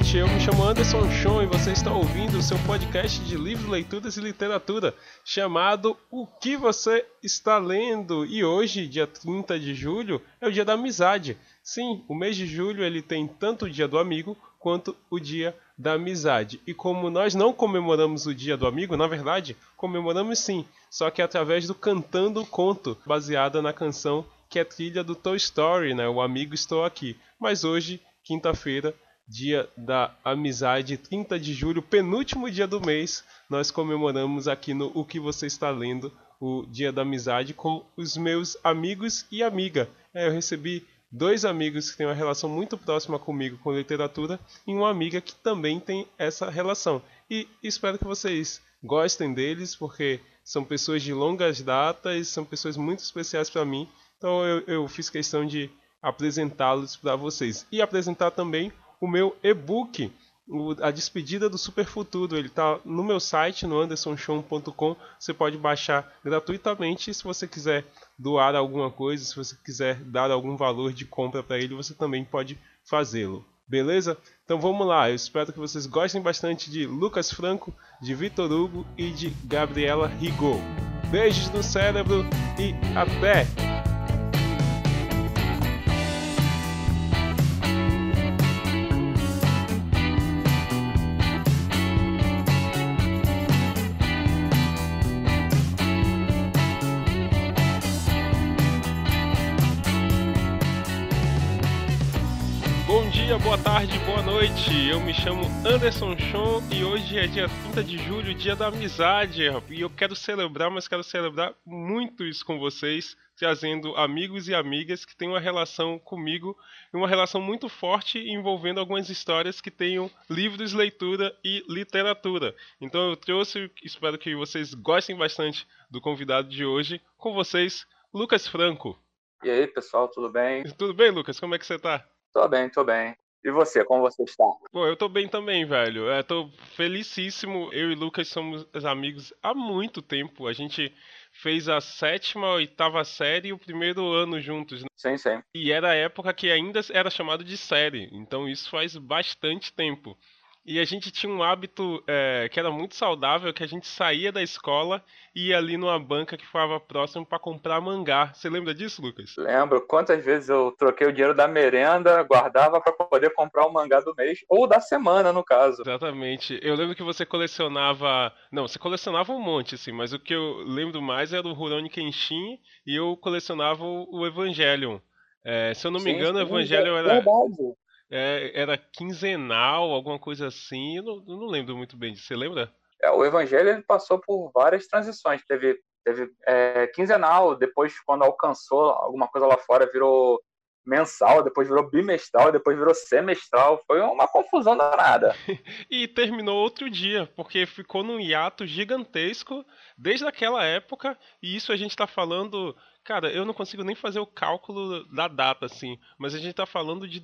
noite, eu me chamo Anderson Chon e você está ouvindo o seu podcast de livros, leituras e literatura chamado O Que Você Está Lendo. E hoje, dia 30 de julho, é o dia da amizade. Sim, o mês de julho ele tem tanto o dia do amigo quanto o dia da amizade. E como nós não comemoramos o dia do amigo, na verdade, comemoramos sim, só que através do Cantando Conto, baseada na canção que é trilha do Toy Story, né? O Amigo Estou Aqui. Mas hoje, quinta-feira, dia da amizade, 30 de julho, penúltimo dia do mês, nós comemoramos aqui no O Que Você Está Lendo, o dia da amizade, com os meus amigos e amiga. Eu recebi 2 amigos que têm uma relação muito próxima comigo com literatura e uma amiga que também tem essa relação. E espero que vocês gostem deles, porque são pessoas de longas datas, são pessoas muito especiais para mim. Então eu fiz questão de apresentá-los para vocês. E apresentar também o meu e-book, A Despedida do Superfuturo. Ele está no meu site, no andersonchon.com. Você pode baixar gratuitamente. Se você quiser doar alguma coisa, se você quiser dar algum valor de compra para ele, você também pode fazê-lo. Beleza? Então vamos lá. Eu espero que vocês gostem bastante de Lucas Franco, de Victor Hugo e de Gabriela Rigaud. Beijos no cérebro e até! Bom dia, boa tarde, boa noite. Eu me chamo Anderson Chon e hoje é dia 30 de julho, dia da amizade. E eu quero celebrar, mas quero celebrar muito isso com vocês, trazendo amigos e amigas que têm uma relação comigo, uma relação muito forte envolvendo algumas histórias que tenham livros, leitura e literatura. Então eu trouxe, espero que vocês gostem bastante do convidado de hoje, com vocês, Lucas Franco. E aí, pessoal, tudo bem? Tudo bem, Lucas? Como é que você tá? Tô bem, tô bem. E você, como você está? Pô, eu tô bem também, velho. Tô felicíssimo. Eu e Lucas somos amigos há muito tempo. A gente fez a 7ª, 8ª série e o primeiro ano juntos, né? Sim, sim. E era a época que ainda era chamado de série. Então isso faz bastante tempo. E a gente tinha um hábito que era muito saudável, que a gente saía da escola e ia ali numa banca que ficava próximo para comprar mangá. Você lembra disso, Lucas? Lembro quantas vezes eu troquei o dinheiro da merenda, guardava para poder comprar o mangá do mês, ou da semana, no caso. Exatamente. Eu lembro que você colecionava... Não, você colecionava um monte, assim, mas o que eu lembro mais era o Rurouni Kenshin e eu colecionava o Evangelion. Se eu não me Sim, engano, o sim, Evangelion verdade. era quinzenal, alguma coisa assim. Eu não lembro muito bem disso. Você lembra? O Evangelho ele passou por várias transições. Teve quinzenal, depois, quando alcançou alguma coisa lá fora, virou mensal, depois virou bimestral, depois virou semestral. Foi uma confusão danada. E terminou outro dia, porque ficou num hiato gigantesco desde aquela época, e isso a gente tá falando, cara, eu não consigo nem fazer o cálculo da data, assim, mas a gente tá falando de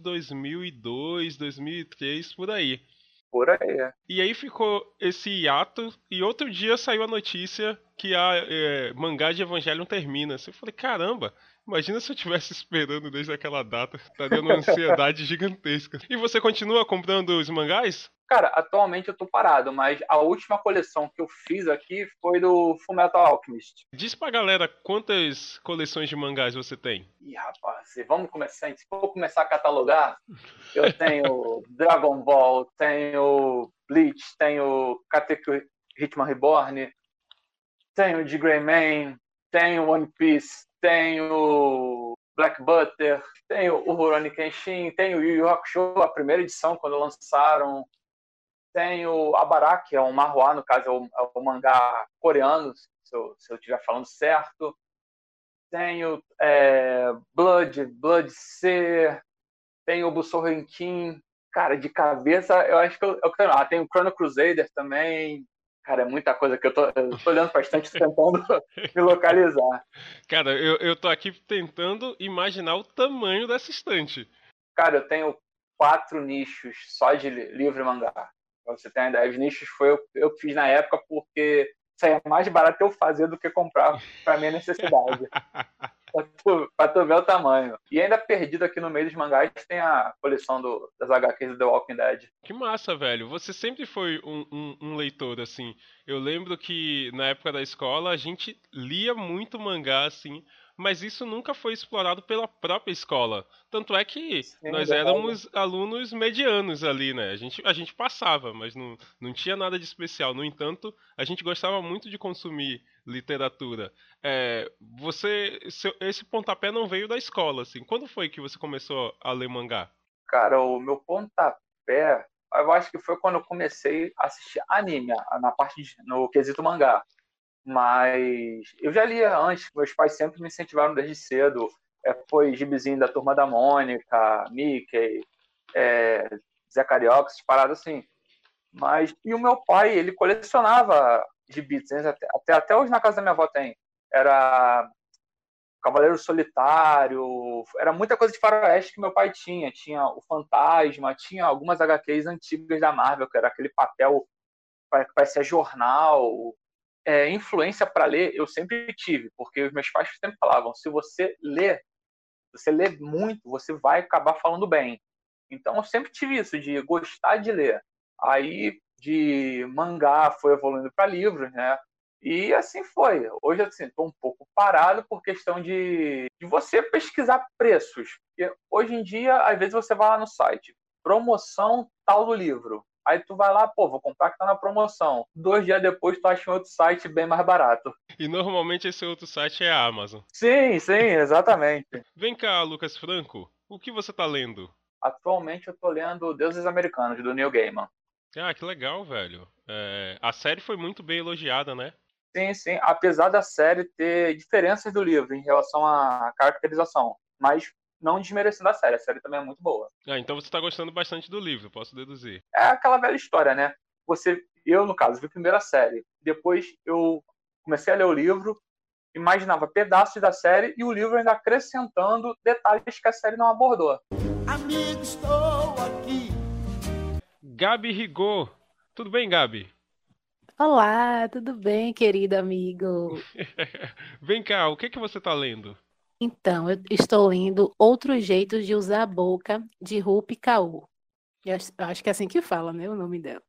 2002, 2003, por aí. Por aí. E aí ficou esse hiato, e outro dia saiu a notícia que a mangá de Evangelion termina. Assim, eu falei, caramba, imagina se eu tivesse esperando desde aquela data, estaria numa ansiedade gigantesca. E você continua comprando os mangás? Cara, atualmente eu tô parado, mas a última coleção que eu fiz aqui foi do Fullmetal Alchemist. Diz pra galera quantas coleções de mangás você tem. Ih, rapaz, vamos começar. Se for começar a catalogar, eu tenho Dragon Ball, tenho Bleach, tenho Katekyo Hitman Reborn, tenho de Greyman, tenho One Piece, tenho Black Butter, tenho o Rurouni Kenshin, tenho Yu Yu Hakusho, a primeira edição, quando lançaram. Tenho Abara, que é um manhwa, no caso é o mangá coreano, se eu estiver falando certo. Tenho Blood C, tenho o Busou Renkin. Cara, de cabeça, eu acho que eu tenho. Tem o Chrono Crusader também. Cara, é muita coisa que eu tô olhando bastante, tentando me localizar. Cara, eu tô aqui tentando imaginar o tamanho dessa estante. Cara, eu tenho 4 nichos só de livro e mangá. Pra você ter uma ideia, os nichos foi eu que fiz na época porque saía mais barato eu fazer do que comprar para minha necessidade. pra tu ver o tamanho. E ainda perdido aqui no meio dos mangás tem a coleção das HQs do The Walking Dead. Que massa, velho. Você sempre foi um leitor, assim. Eu lembro que na época da escola a gente lia muito mangá, assim, mas isso nunca foi explorado pela própria escola. Tanto é que Sim, nós verdade. éramos alunos medianos ali, né? A gente passava, mas não tinha nada de especial. No entanto, a gente gostava muito de consumir literatura. Esse pontapé não veio da escola, assim. Quando foi que você começou a ler mangá? Cara, o meu pontapé, eu acho que foi quando eu comecei a assistir anime, no quesito mangá. Mas eu já lia antes, meus pais sempre me incentivaram desde cedo. Foi gibizinho da Turma da Mônica, Mickey, é, Zé Carioca, essas paradas assim. E o meu pai, ele colecionava gibis, né? Até hoje na casa da minha avó tem. Era Cavaleiro Solitário, era muita coisa de faroeste que meu pai tinha. Tinha o Fantasma, tinha algumas HQs antigas da Marvel, que era aquele papel que parecia jornal. Influência para ler, eu sempre tive, porque os meus pais sempre falavam: se você lê muito, você vai acabar falando bem. Então eu sempre tive isso, de gostar de ler. Aí de mangá foi evoluindo para livros, né? E assim foi. Hoje assim, estou um pouco parado por questão de você pesquisar preços. Porque hoje em dia, às vezes você vai lá no site, promoção tal do livro. Aí tu vai lá, pô, vou comprar que tá na promoção. 2 dias depois tu acha em outro site bem mais barato. E normalmente esse outro site é a Amazon. Sim, sim, exatamente. Vem cá, Lucas Franco, o que você tá lendo? Atualmente eu tô lendo Deuses Americanos, do Neil Gaiman. Ah, que legal, velho. A série foi muito bem elogiada, né? Sim, sim, apesar da série ter diferenças do livro em relação à caracterização, mas não desmerecendo a série também é muito boa. Ah, então você tá gostando bastante do livro, posso deduzir. É aquela velha história, né? Eu, no caso, vi primeiro a série, depois eu comecei a ler o livro, imaginava pedaços da série e o livro ainda acrescentando detalhes que a série não abordou. Amigo, estou aqui. Gabi Rigor. Tudo bem, Gabi? Olá, tudo bem, querido amigo? Vem cá, o que que você tá lendo? Então, eu estou lendo Outros Jeitos de Usar a Boca, de Rupi Kaur. Eu acho que é assim que fala, né, o nome dela.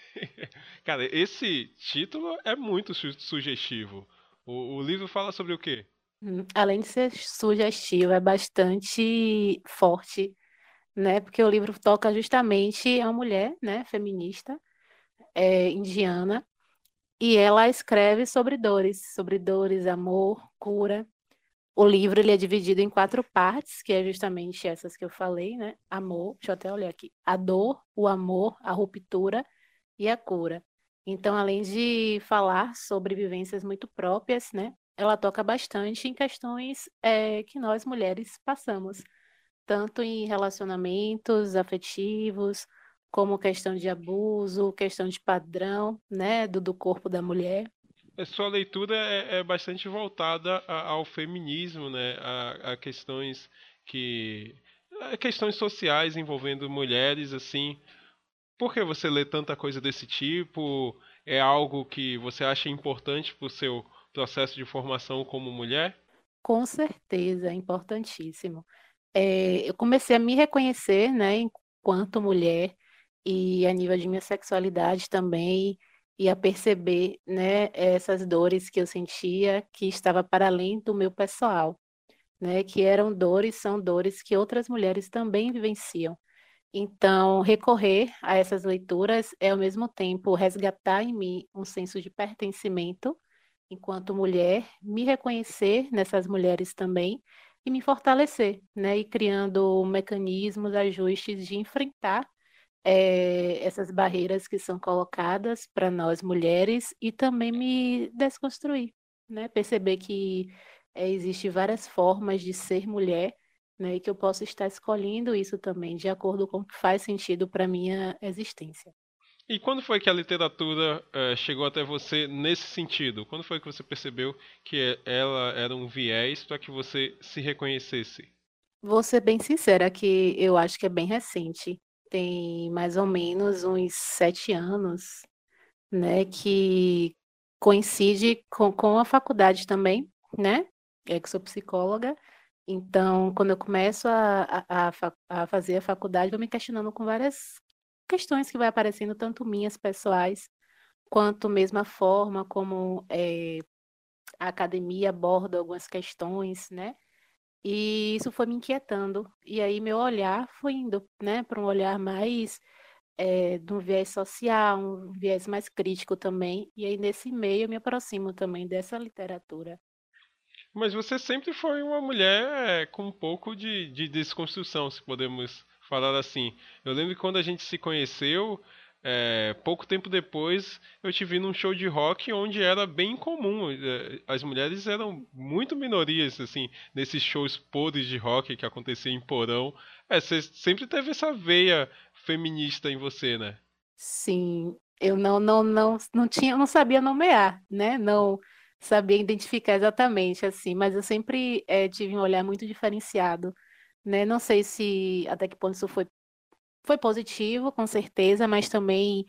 Cara, esse título é muito sugestivo. O livro fala sobre o quê? Além de ser sugestivo, é bastante forte, né? Porque o livro toca justamente a uma mulher, né, feminista, indiana, e ela escreve sobre dores, amor, cura. O livro ele é dividido em 4 partes, que é justamente essas que eu falei, né? Amor, deixa eu até olhar aqui. A dor, o amor, a ruptura e a cura. Então, além de falar sobre vivências muito próprias, né? Ela toca bastante em questões que nós mulheres passamos, tanto em relacionamentos afetivos, como questão de abuso, questão de padrão, né? Do corpo da mulher. A sua leitura é bastante voltada ao feminismo, né? A questões que a questões sociais envolvendo mulheres, assim. Por que você lê tanta coisa desse tipo? É algo que você acha importante para o seu processo de formação como mulher? Com certeza, é importantíssimo. Eu comecei a me reconhecer, né, enquanto mulher e a nível de minha sexualidade também, e a perceber, né, essas dores que eu sentia que estava para além do meu pessoal, né, que eram dores, são dores que outras mulheres também vivenciam. Então, recorrer a essas leituras é ao mesmo tempo resgatar em mim um senso de pertencimento enquanto mulher, me reconhecer nessas mulheres também e me fortalecer, né? E criando mecanismos, ajustes de enfrentar essas barreiras que são colocadas para nós mulheres e também me desconstruir, né? Perceber que existe várias formas de ser mulher, né? E que eu posso estar escolhendo isso também de acordo com o que faz sentido para minha existência. E quando foi que a literatura chegou até você nesse sentido? Quando foi que você percebeu que ela era um viés para que você se reconhecesse? Vou ser bem sincera que eu acho que é bem recente. Tem mais ou menos uns 7 anos, né? Que coincide com a faculdade também, né? que sou psicóloga. Então, quando eu começo a fazer a faculdade, vou me questionando com várias questões que vai aparecendo, tanto minhas pessoais, quanto mesmo a forma como a academia aborda algumas questões, né? E isso foi me inquietando. E aí meu olhar foi indo, né, para um olhar mais de um viés social, um viés mais crítico também. E aí nesse meio eu me aproximo também dessa literatura. Mas você sempre foi uma mulher com um pouco de desconstrução, se podemos falar assim. Eu lembro que quando a gente se conheceu, pouco tempo depois, eu te vi num show de rock onde era bem comum. As mulheres eram muito minorias, assim, nesses shows podres de rock que acontecia em porão. Você sempre teve essa veia feminista em você, né? Sim, eu não tinha, não sabia nomear, né? Não sabia identificar exatamente assim, mas eu sempre tive um olhar muito diferenciado, né? Não sei se até que ponto isso foi positivo, com certeza, mas também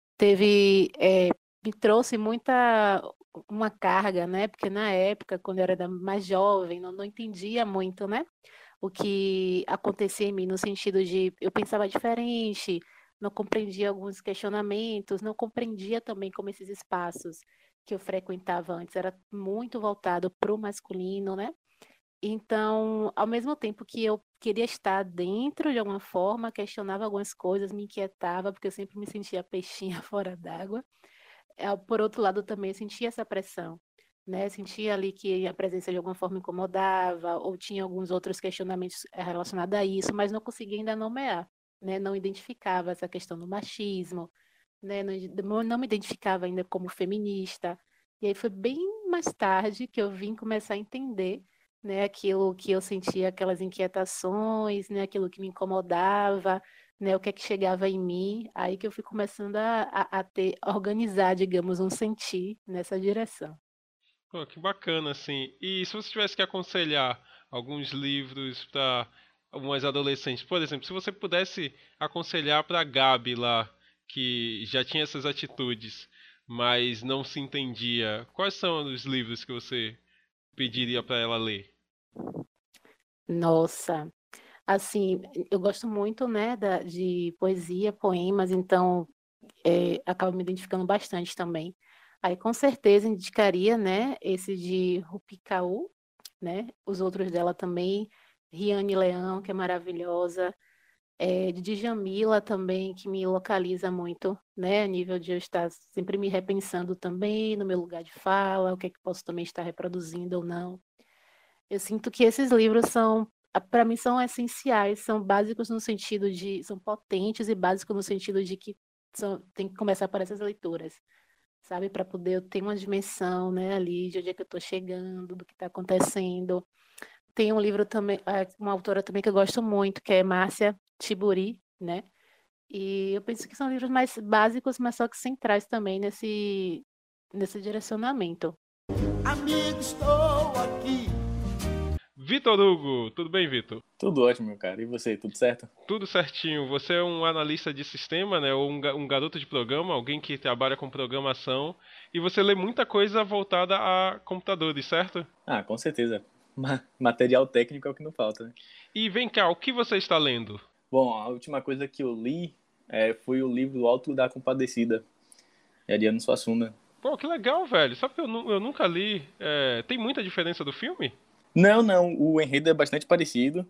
me trouxe uma carga, né? Porque na época, quando eu era mais jovem, não entendia muito, né? O que acontecia em mim, no sentido de eu pensava diferente, não compreendia alguns questionamentos, não compreendia também como esses espaços que eu frequentava antes era muito voltado para o masculino, né? Então, ao mesmo tempo que eu queria estar dentro de alguma forma, questionava algumas coisas, me inquietava, porque eu sempre me sentia peixinha fora d'água. Por outro lado, também eu sentia essa pressão, né? Sentia ali que a presença de alguma forma incomodava, ou tinha alguns outros questionamentos relacionados a isso, mas não conseguia ainda nomear, né? Não identificava essa questão do machismo, né? Não me identificava ainda como feminista. E aí foi bem mais tarde que eu vim começar a entender, né? Aquilo que eu sentia, aquelas inquietações, né? Aquilo que me incomodava, né, o que é que chegava em mim, aí que eu fui começando organizar, digamos, um sentir nessa direção. Pô, que bacana, assim. E se você tivesse que aconselhar alguns livros para umas adolescentes, por exemplo, se você pudesse aconselhar para Gabi lá, que já tinha essas atitudes, mas não se entendia, quais são os livros que você pediria para ela ler? Nossa, assim, eu gosto muito, né, de poesia, poemas, então acabo me identificando bastante também. Aí, com certeza, indicaria, né, esse de Rupi Kaur, né, os outros dela também, Riane Leão, que é maravilhosa, de Djamila também, que me localiza muito, né, a nível de eu estar sempre me repensando também no meu lugar de fala, o que é que posso também estar reproduzindo ou não. Eu sinto que esses livros para mim, são essenciais, são básicos no sentido são potentes e básicos no sentido de que tem que começar por essas leituras, sabe, para poder eu ter uma dimensão, né, ali de onde é que eu estou chegando, do que está acontecendo. Tem um livro também, uma autora também que eu gosto muito, que é Márcia Tiburi, né? E eu penso que são livros mais básicos, mas só que centrais também nesse direcionamento. Amigo, estou aqui. Vitor Hugo, tudo bem, Vitor? Tudo ótimo, meu cara. E você, tudo certo? Tudo certinho. Você é um analista de sistema, né? Ou um garoto de programa, alguém que trabalha com programação, e você lê muita coisa voltada a computadores, certo? Ah, com certeza. Material técnico é o que não falta, né? E vem cá, o que você está lendo? Bom, a última coisa que eu li foi o livro Alto da Compadecida, de Ariano Suassuna. Pô, que legal, velho. Sabe que eu nunca li. Tem muita diferença do filme? Não, o enredo é bastante parecido,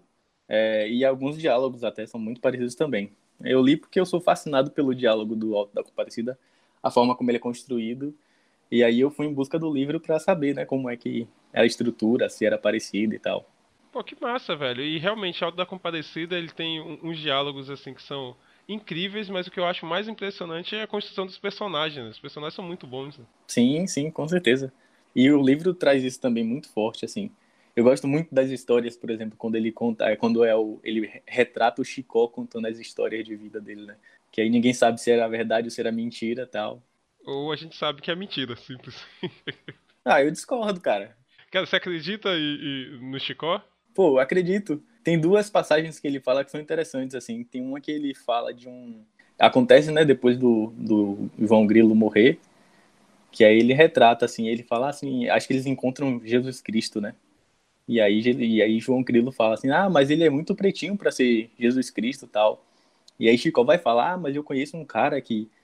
e alguns diálogos até são muito parecidos também. Eu li porque eu sou fascinado pelo diálogo do Alto da Compadecida, a forma como ele é construído, e aí eu fui em busca do livro para saber, né, como é que era a estrutura, se era parecido e tal. Pô, que massa, velho. E realmente, Auto da Compadecida, ele tem uns diálogos, assim, que são incríveis, mas o que eu acho mais impressionante é a construção dos personagens, né? Os personagens são muito bons, né? Sim, com certeza. E o livro traz isso também muito forte, assim. Eu gosto muito das histórias, por exemplo, quando ele conta, ele retrata o Chicó contando as histórias de vida dele, né? Que aí ninguém sabe se era verdade ou se era mentira, tal. Ou a gente sabe que é mentira, simples. Ah, eu discordo, cara. Cara, você acredita no Chicó? Pô, eu acredito. Tem duas passagens que ele fala que são interessantes, assim. Tem uma que ele fala de um... Acontece, né, depois do João Grilo morrer, que aí ele retrata, assim, ele fala assim, acho que eles encontram Jesus Cristo, né? E aí João Grilo fala assim, mas ele é muito pretinho para ser Jesus Cristo e tal. E aí Chico vai falar, mas eu conheço um cara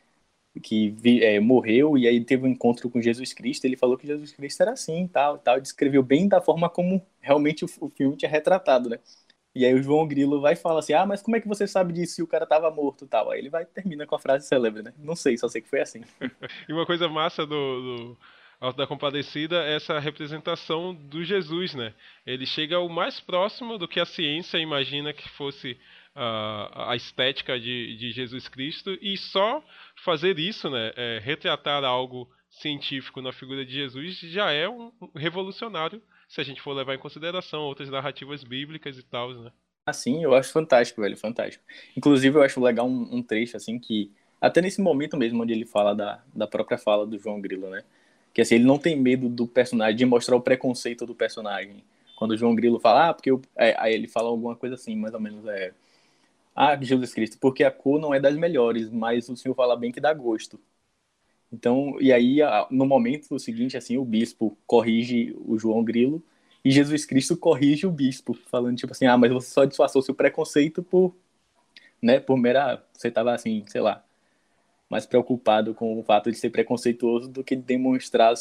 que morreu e aí teve um encontro com Jesus Cristo. Ele falou que Jesus Cristo era assim, tal, tal. Descreveu bem da forma como realmente o filme tinha retratado, né? E aí o João Grilo vai falar assim, mas como é que você sabe disso se o cara tava morto e tal? Aí ele termina com a frase célebre, né? Não sei, só sei que foi assim. E uma coisa massa do Alto da Compadecida é essa representação do Jesus, né? Ele chega o mais próximo do que a ciência imagina que fosse a estética de Jesus Cristo, e só fazer isso, né? Retratar algo científico na figura de Jesus já é um revolucionário, se a gente for levar em consideração outras narrativas bíblicas e tal, né? Assim, eu acho fantástico, velho, fantástico. Inclusive, eu acho legal um trecho, assim, que até nesse momento mesmo, onde ele fala da própria fala do João Grilo, né? Que, assim, ele não tem medo do personagem, de mostrar o preconceito do personagem. Quando o João Grilo fala, porque aí ele fala alguma coisa assim, mais ou menos, Jesus Cristo, porque a cor não é das melhores, mas o senhor fala bem que dá gosto. Então, e aí, no momento seguinte, assim, o bispo corrige o João Grilo e Jesus Cristo corrige o bispo, falando tipo assim, mas você só disfarçou seu preconceito por mera, você tava assim, sei lá, mais preocupado com o fato de ser preconceituoso do que de demonstrar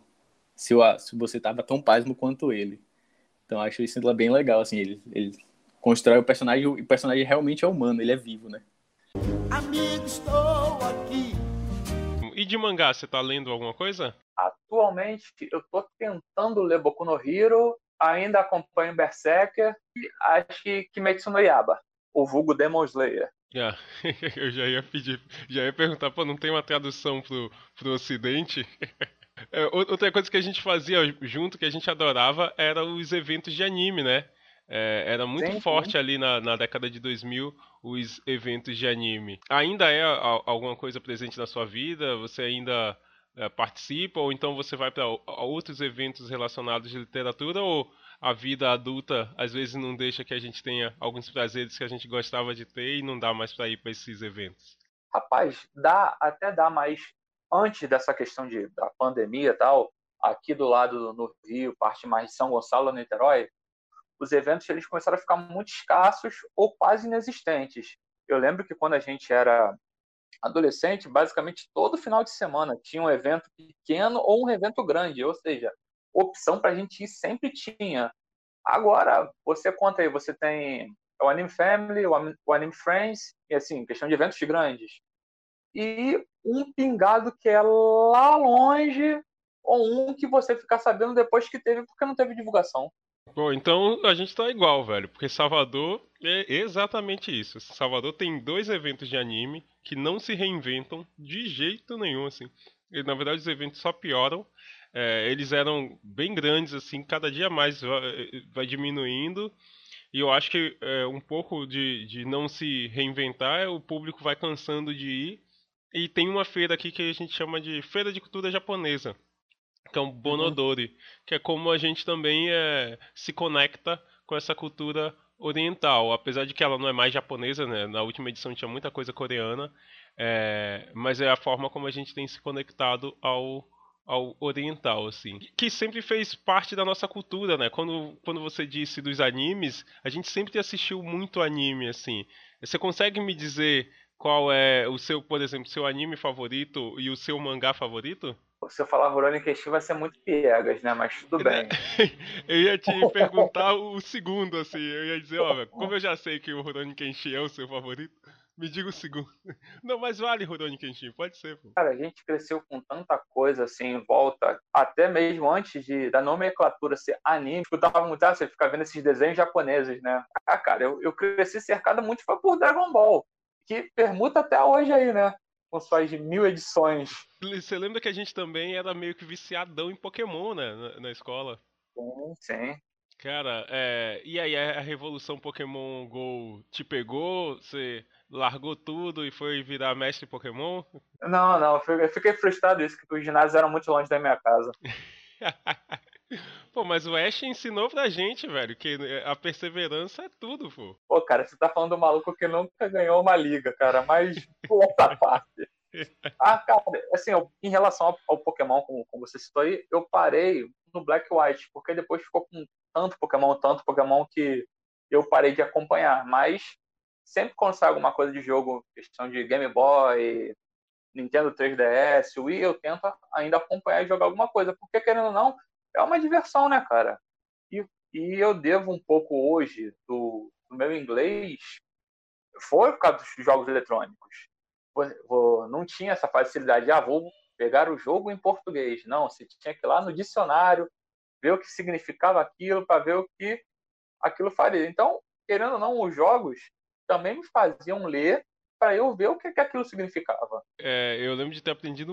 se você tava tão pasmo quanto ele. Então, acho isso bem legal, assim, ele constrói o personagem, e o personagem realmente é humano, ele é vivo, né? Amigo, estou aqui. E de mangá, você tá lendo alguma coisa? Atualmente, eu tô tentando ler Boku no Hero, ainda acompanho Berserker e acho que Kimetsu no Yaiba, o vulgo Demon Slayer. Eu já ia perguntar, pô, não tem uma tradução pro Ocidente? Outra coisa que a gente fazia junto, que a gente adorava, era os eventos de anime, né? Era muito Sim, forte sim. ali na década de 2000 os eventos de anime. Ainda é alguma coisa presente na sua vida? Você ainda participa? Ou então você vai para outros eventos relacionados de literatura? Ou a vida adulta às vezes não deixa que a gente tenha alguns prazeres que a gente gostava de ter e não dá mais para ir para esses eventos? Rapaz, até dá, mas antes dessa questão da pandemia e tal, aqui do lado no Rio, parte mais de São Gonçalo, Niterói, os eventos eles começaram a ficar muito escassos ou quase inexistentes. Eu lembro que quando a gente era adolescente, basicamente todo final de semana tinha um evento pequeno ou um evento grande, ou seja, opção para a gente ir sempre tinha. Agora, você conta aí, você tem o Anime Family, o Anime Friends, e assim, questão de eventos grandes. E um pingado que é lá longe, ou um que você ficar sabendo depois que teve, porque não teve divulgação. Bom, então a gente tá igual, velho, porque Salvador é exatamente isso. Salvador tem dois eventos de anime que não se reinventam de jeito nenhum, assim. E, na verdade, os eventos só pioram. Eles eram bem grandes, assim, cada dia mais vai diminuindo. E eu acho que um pouco de não se reinventar, o público vai cansando de ir. E tem uma feira aqui que a gente chama de Feira de Cultura Japonesa, que é um Uhum. Bonodori, que é como a gente também se conecta com essa cultura oriental, apesar de que ela não é mais japonesa, né? Na última edição tinha muita coisa coreana, mas é a forma como a gente tem se conectado ao oriental, assim, que sempre fez parte da nossa cultura, né? Quando você disse dos animes, a gente sempre assistiu muito anime, assim. Você consegue me dizer qual é o seu, por exemplo, seu anime favorito e o seu mangá favorito? Se eu falar Rurouni Kenshin vai ser muito piegas, né? Mas tudo bem. Eu ia te perguntar o segundo, assim. Eu ia dizer, ó, como eu já sei que o Rurouni Kenshin é o seu favorito, me diga o segundo. Não, mas vale Rurouni Kenshin, pode ser, pô. Cara, a gente cresceu com tanta coisa assim em volta, até mesmo antes da nomenclatura ser anime, escutava muito, você fica vendo esses desenhos japoneses, né? Cara, eu cresci cercado muito foi por Dragon Ball, que permuta até hoje aí, né? Com suas 1000 edições. Você lembra que a gente também era meio que viciadão em Pokémon, né, na escola? Sim, sim. Cara, e aí a revolução Pokémon Go te pegou? Você largou tudo e foi virar mestre Pokémon? Não, não, eu fiquei frustrado isso, que os ginásios eram muito longe da minha casa. Pô, mas o Ash ensinou pra gente, velho, que a perseverança é tudo, pô. Pô, cara, você tá falando do maluco que nunca ganhou uma liga, cara, mas pula essa parte. Cara, assim, em relação ao Pokémon, como você citou aí, eu parei no Black e White, porque depois ficou com tanto Pokémon que eu parei de acompanhar. Mas sempre quando sai alguma coisa de jogo, questão de Game Boy, Nintendo 3DS, Wii, eu tento ainda acompanhar e jogar alguma coisa, porque querendo ou não, é uma diversão, né, cara? E, e eu devo um pouco hoje do meu inglês, foi por causa dos jogos eletrônicos. Não tinha essa facilidade, vou pegar o jogo em português. Não, você tinha que ir lá no dicionário, ver o que significava aquilo, para ver o que aquilo faria. Então, querendo ou não, os jogos também me faziam ler para eu ver o que aquilo significava. Eu lembro de ter aprendido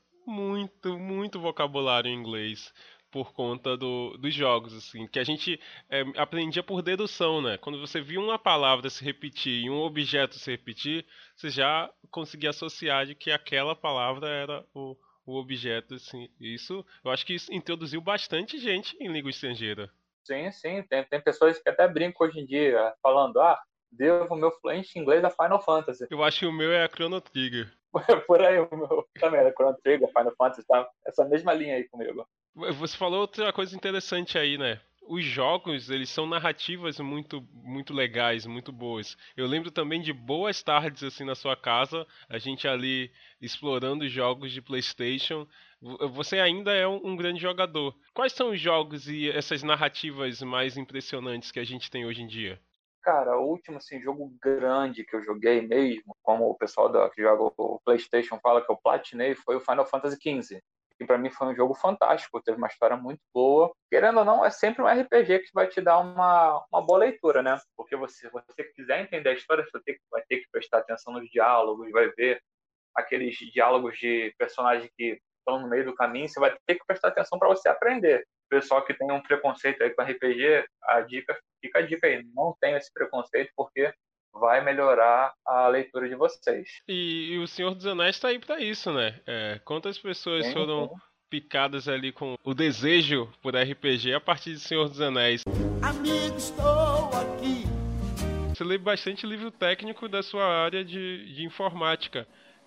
muito vocabulário em inglês por conta dos jogos, assim, que a gente aprendia por dedução, né? Quando você via uma palavra se repetir e um objeto se repetir, você já conseguia associar de que aquela palavra era o objeto, assim. Isso, eu acho que isso introduziu bastante gente em língua estrangeira. Sim. Tem pessoas que até brincam hoje em dia, falando, devo meu fluente em inglês a Final Fantasy. Eu acho que o meu é a Chrono Trigger. Por aí, o meu também era Chrono Trigger, Final Fantasy, tá? Essa mesma linha aí comigo. Você falou outra coisa interessante aí, né? Os jogos, eles são narrativas muito legais, muito boas. Eu lembro também de boas tardes assim na sua casa, a gente ali explorando os jogos de PlayStation. Você ainda é um grande jogador. Quais são os jogos e essas narrativas mais impressionantes que a gente tem hoje em dia? Cara, o último assim, jogo grande que eu joguei mesmo, como o pessoal que joga o PlayStation fala que eu platinei, foi o Final Fantasy XV. E para mim foi um jogo fantástico, teve uma história muito boa. Querendo ou não, é sempre um RPG que vai te dar uma boa leitura, né? Porque se você quiser entender a história, você vai ter que prestar atenção nos diálogos, vai ver aqueles diálogos de personagens que estão no meio do caminho, você vai ter que prestar atenção para você aprender. O pessoal que tem um preconceito aí com RPG, fica a dica aí, não tenha esse preconceito, porque vai melhorar a leitura de vocês. E o Senhor dos Anéis tá aí pra isso, né? Quantas pessoas foram picadas ali com o desejo por RPG a partir de Senhor dos Anéis? Amigo, estou aqui. Você lê bastante livro técnico da sua área de informática.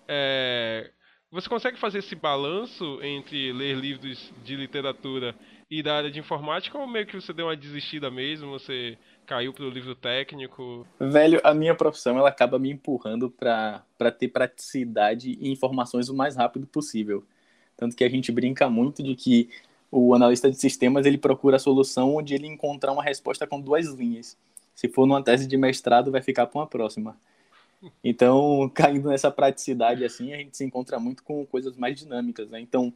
Você consegue fazer esse balanço entre ler livros de literatura e da área de informática, ou meio que você deu uma desistida mesmo, você caiu pro livro técnico? Velho, a minha profissão ela acaba me empurrando para ter praticidade e informações o mais rápido possível. Tanto que a gente brinca muito de que o analista de sistemas ele procura a solução onde ele encontrar uma resposta com 2 linhas. Se for numa tese de mestrado, vai ficar para uma próxima. Então, caindo nessa praticidade assim, a gente se encontra muito com coisas mais dinâmicas, né? Então,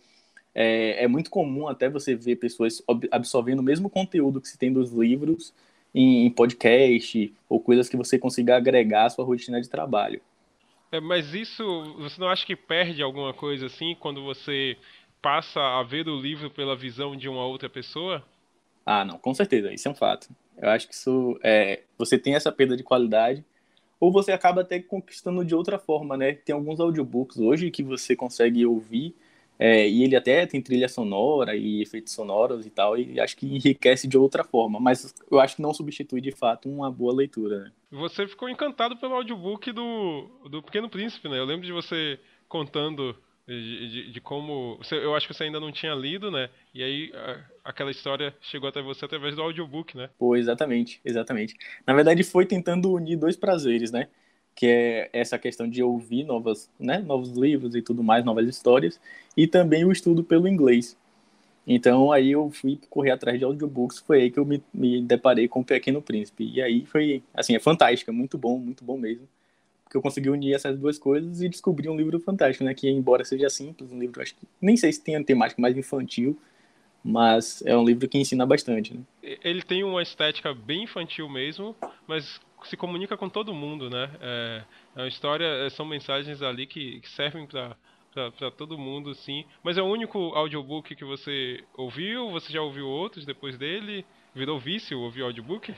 é muito comum até você ver pessoas absorvendo o mesmo conteúdo que se tem dos livros em podcast ou coisas que você consiga agregar à sua rotina de trabalho. Mas isso, você não acha que perde alguma coisa assim quando você passa a ver o livro pela visão de uma outra pessoa? Não, com certeza, isso é um fato. Eu acho que você tem essa perda de qualidade, ou você acaba até conquistando de outra forma, né? Tem alguns audiobooks hoje que você consegue ouvir, e ele até tem trilha sonora e efeitos sonoros e tal, e acho que enriquece de outra forma, mas eu acho que não substitui de fato uma boa leitura, né? Você ficou encantado pelo audiobook do Pequeno Príncipe, né? Eu lembro de você contando de como... Eu acho que você ainda não tinha lido, né? E aí aquela história chegou até você através do audiobook, né? Pô, exatamente. Na verdade, foi tentando unir 2 prazeres, né? Que é essa questão de ouvir novos livros e tudo mais, novas histórias, e também o estudo pelo inglês. Então, aí eu fui correr atrás de audiobooks, foi aí que eu me deparei com o Pequeno Príncipe. E aí foi, assim, é fantástico, é muito bom mesmo. Porque eu consegui unir essas 2 coisas e descobri um livro fantástico, né? Que, embora seja simples, um livro, acho que, nem sei se tem a temática mais infantil, mas é um livro que ensina bastante, né? Ele tem uma estética bem infantil mesmo, mas se comunica com todo mundo, né? É uma história, são mensagens ali que servem para todo mundo, sim. Mas é o único audiobook que você ouviu? Você já ouviu outros depois dele? Virou vício ouvir audiobook?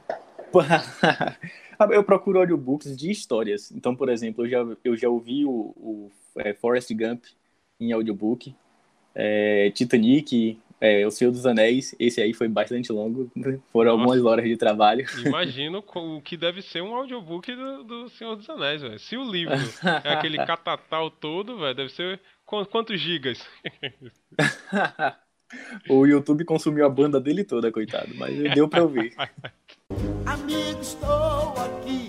Eu procuro audiobooks de histórias. Então, por exemplo, eu já ouvi o Forrest Gump em audiobook, Titanic, O Senhor dos Anéis. Esse aí foi bastante longo, foram algumas horas de trabalho. Imagino o que deve ser um audiobook do Senhor dos Anéis, velho. Se o livro é aquele catatal todo, velho, deve ser quantos gigas? O YouTube consumiu a banda dele toda, coitado, mas deu pra ouvir. Amigo, estou aqui.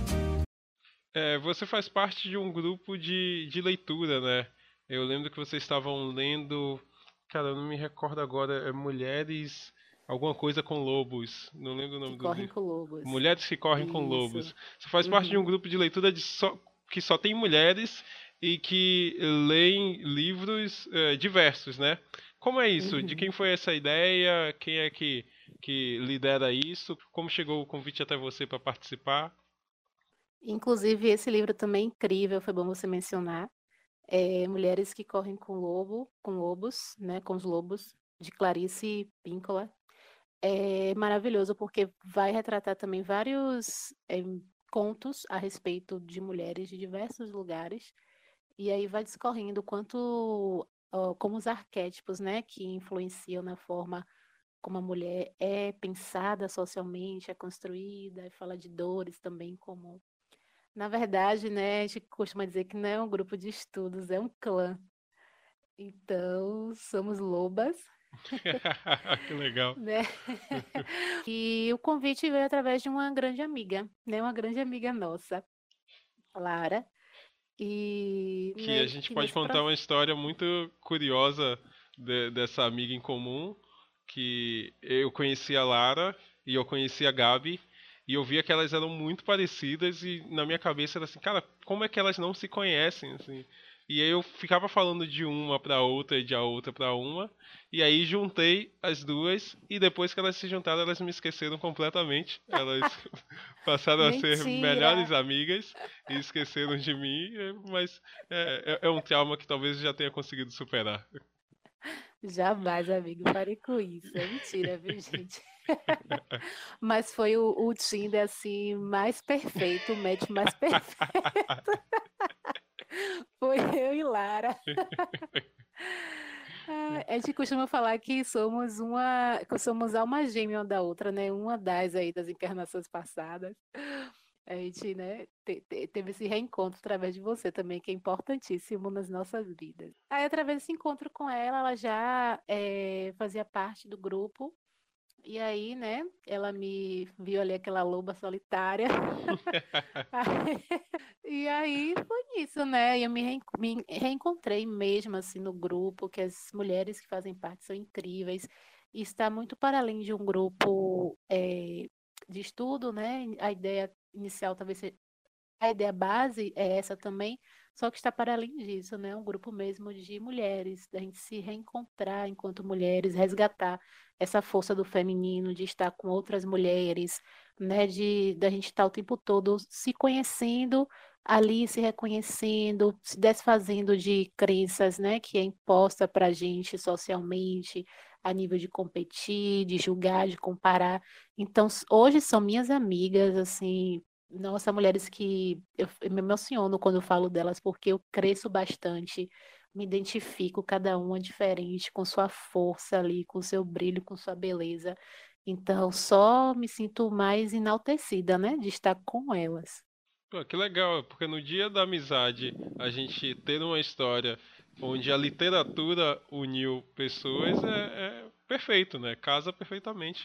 Você faz parte de um grupo de leitura, né? Eu lembro que vocês estavam lendo. Cara, eu não me recordo agora. Mulheres. Alguma coisa com lobos. Não lembro o Que nome do correm livro. com lobos. Mulheres que correm com Isso. lobos. Você faz parte de um grupo de leitura que só tem mulheres e que leem livros diversos, né? Como é isso? De quem foi essa ideia? Quem é que lidera isso? Como chegou o convite até você para participar? Inclusive, esse livro também é incrível, foi bom você mencionar. Mulheres que correm com lobos, né? Com os lobos, de Clarice Píncola. É maravilhoso porque vai retratar também vários contos a respeito de mulheres de diversos lugares. E aí vai discorrendo como os arquétipos, né, que influenciam na forma como a mulher é pensada socialmente, é construída, e fala de dores também, como. Na verdade, né, a gente costuma dizer que não é um grupo de estudos, é um clã. Então, somos lobas, Que legal. né? E o convite veio através de uma grande amiga, né? Uma grande amiga nossa, Lara. E, Que a né, gente que pode nesse contar processo. uma história muito curiosa dessa amiga em comum, que eu conheci a Lara e eu conheci a Gabi, e eu via que elas eram muito parecidas e na minha cabeça era assim, cara, como é que elas não se conhecem, assim? E aí eu ficava falando de uma pra outra e de a outra pra uma, e aí juntei as duas e depois que elas se juntaram, elas me esqueceram completamente. Elas passaram a ser Mentira! melhores amigas e esqueceram de mim, mas é um trauma que talvez eu já tenha conseguido superar. Jamais, amigo, pare com isso. É mentira, viu, gente? Mas foi o Tinder, assim, mais perfeito, o match mais perfeito. Foi eu e Lara. A gente costuma falar que somos alma gêmea uma da outra, né? Uma das aí das encarnações passadas. A gente, né, teve esse reencontro através de você também, que é importantíssimo nas nossas vidas. Aí, através desse encontro com ela, ela já fazia parte do grupo. E aí, né, ela me viu ali aquela loba solitária. E aí foi isso, né? E eu me reencontrei mesmo assim no grupo, que as mulheres que fazem parte são incríveis. E está muito para além de um grupo de estudo, né? A ideia inicial talvez seja. A ideia base é essa também, só que está para além disso, né? Um grupo mesmo de mulheres, da gente se reencontrar enquanto mulheres, resgatar essa força do feminino, de estar com outras mulheres, né? Da gente estar o tempo todo se conhecendo ali, se reconhecendo, se desfazendo de crenças, né? Que é imposta para a gente socialmente, a nível de competir, de julgar, de comparar. Então, hoje são minhas amigas, assim. Nossa, mulheres que eu me emociono quando eu falo delas, porque eu cresço bastante, me identifico, cada uma diferente, com sua força ali, com seu brilho, com sua beleza. Então, só me sinto mais enaltecida, né, de estar com elas. Pô, que legal, porque no dia da amizade a gente ter uma história onde a literatura uniu pessoas é perfeito, né? Casa perfeitamente.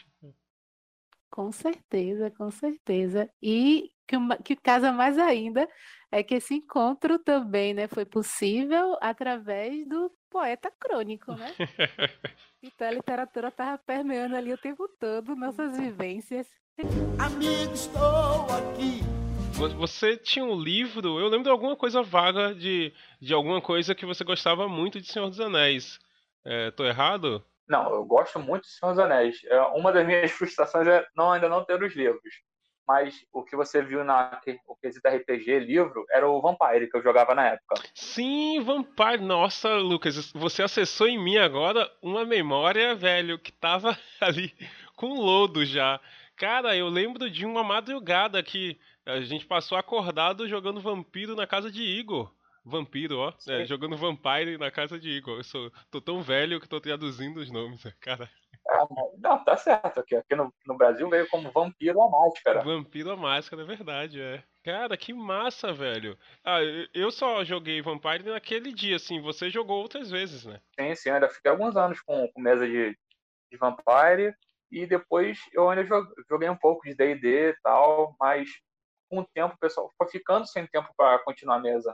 Com certeza, com certeza. E que casa mais ainda é que esse encontro também, né, foi possível através do poeta crônico, né? Então a literatura estava permeando ali o tempo todo nossas vivências. Amigo, estou aqui. Você tinha um livro, eu lembro de alguma coisa vaga de alguma coisa que você gostava muito de Senhor dos Anéis. Tô errado? Não, eu gosto muito de Senhor dos Anéis. Uma das minhas frustrações é ainda não ter os livros. Mas o que você viu o quesito RPG livro era o Vampire, que eu jogava na época. Sim, Vampire. Nossa, Lucas, você acessou em mim agora uma memória, velho, que tava ali com lodo já. Cara, eu lembro de uma madrugada que a gente passou acordado jogando Vampiro na casa de Igor. Vampiro, ó. Sim. Jogando Vampire na casa de Igor. Tô tão velho que tô traduzindo os nomes, cara. Não, tá certo. Aqui no Brasil veio como Vampiro a Máscara. Vampiro a Máscara, é verdade, é. Cara, que massa, velho. Ah, eu só joguei Vampire naquele dia, assim. Você jogou outras vezes, né? Sim, ainda fiquei alguns anos com mesa de Vampire. E depois eu ainda joguei um pouco de D&D e tal, mas com o tempo o pessoal foi ficando sem tempo para continuar a mesa.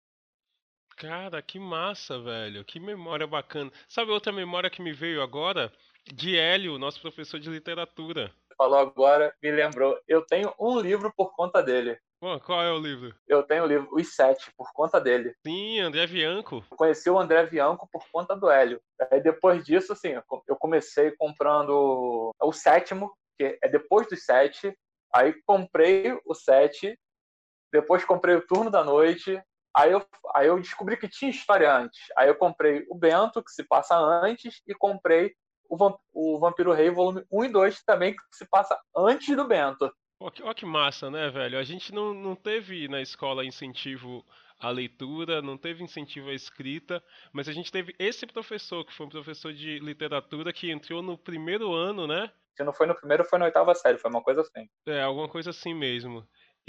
Cara, que massa, velho. Que memória bacana. Sabe outra memória que me veio agora? De Hélio, nosso professor de literatura. Falou agora, me lembrou. Eu tenho um livro por conta dele. Pô, qual é o livro? Eu tenho o livro Os Sete, por conta dele. Sim, André Bianco. Eu conheci o André Bianco por conta do Hélio. Aí depois disso, assim, eu comecei comprando o sétimo, que é depois dos sete. Aí comprei o sete, depois comprei o Turno da Noite. Aí eu descobri que tinha história antes. Aí eu comprei o Bento, que se passa antes, e comprei o Vampiro Rei, volume 1 e 2, também, que se passa antes do Bento. Ó que massa, né, velho? A gente não teve na escola incentivo à leitura, não teve incentivo à escrita, mas a gente teve esse professor, que foi um professor de literatura, que entrou no primeiro ano, né? Se não foi no primeiro, foi na oitava série, foi uma coisa assim. É, alguma coisa assim mesmo.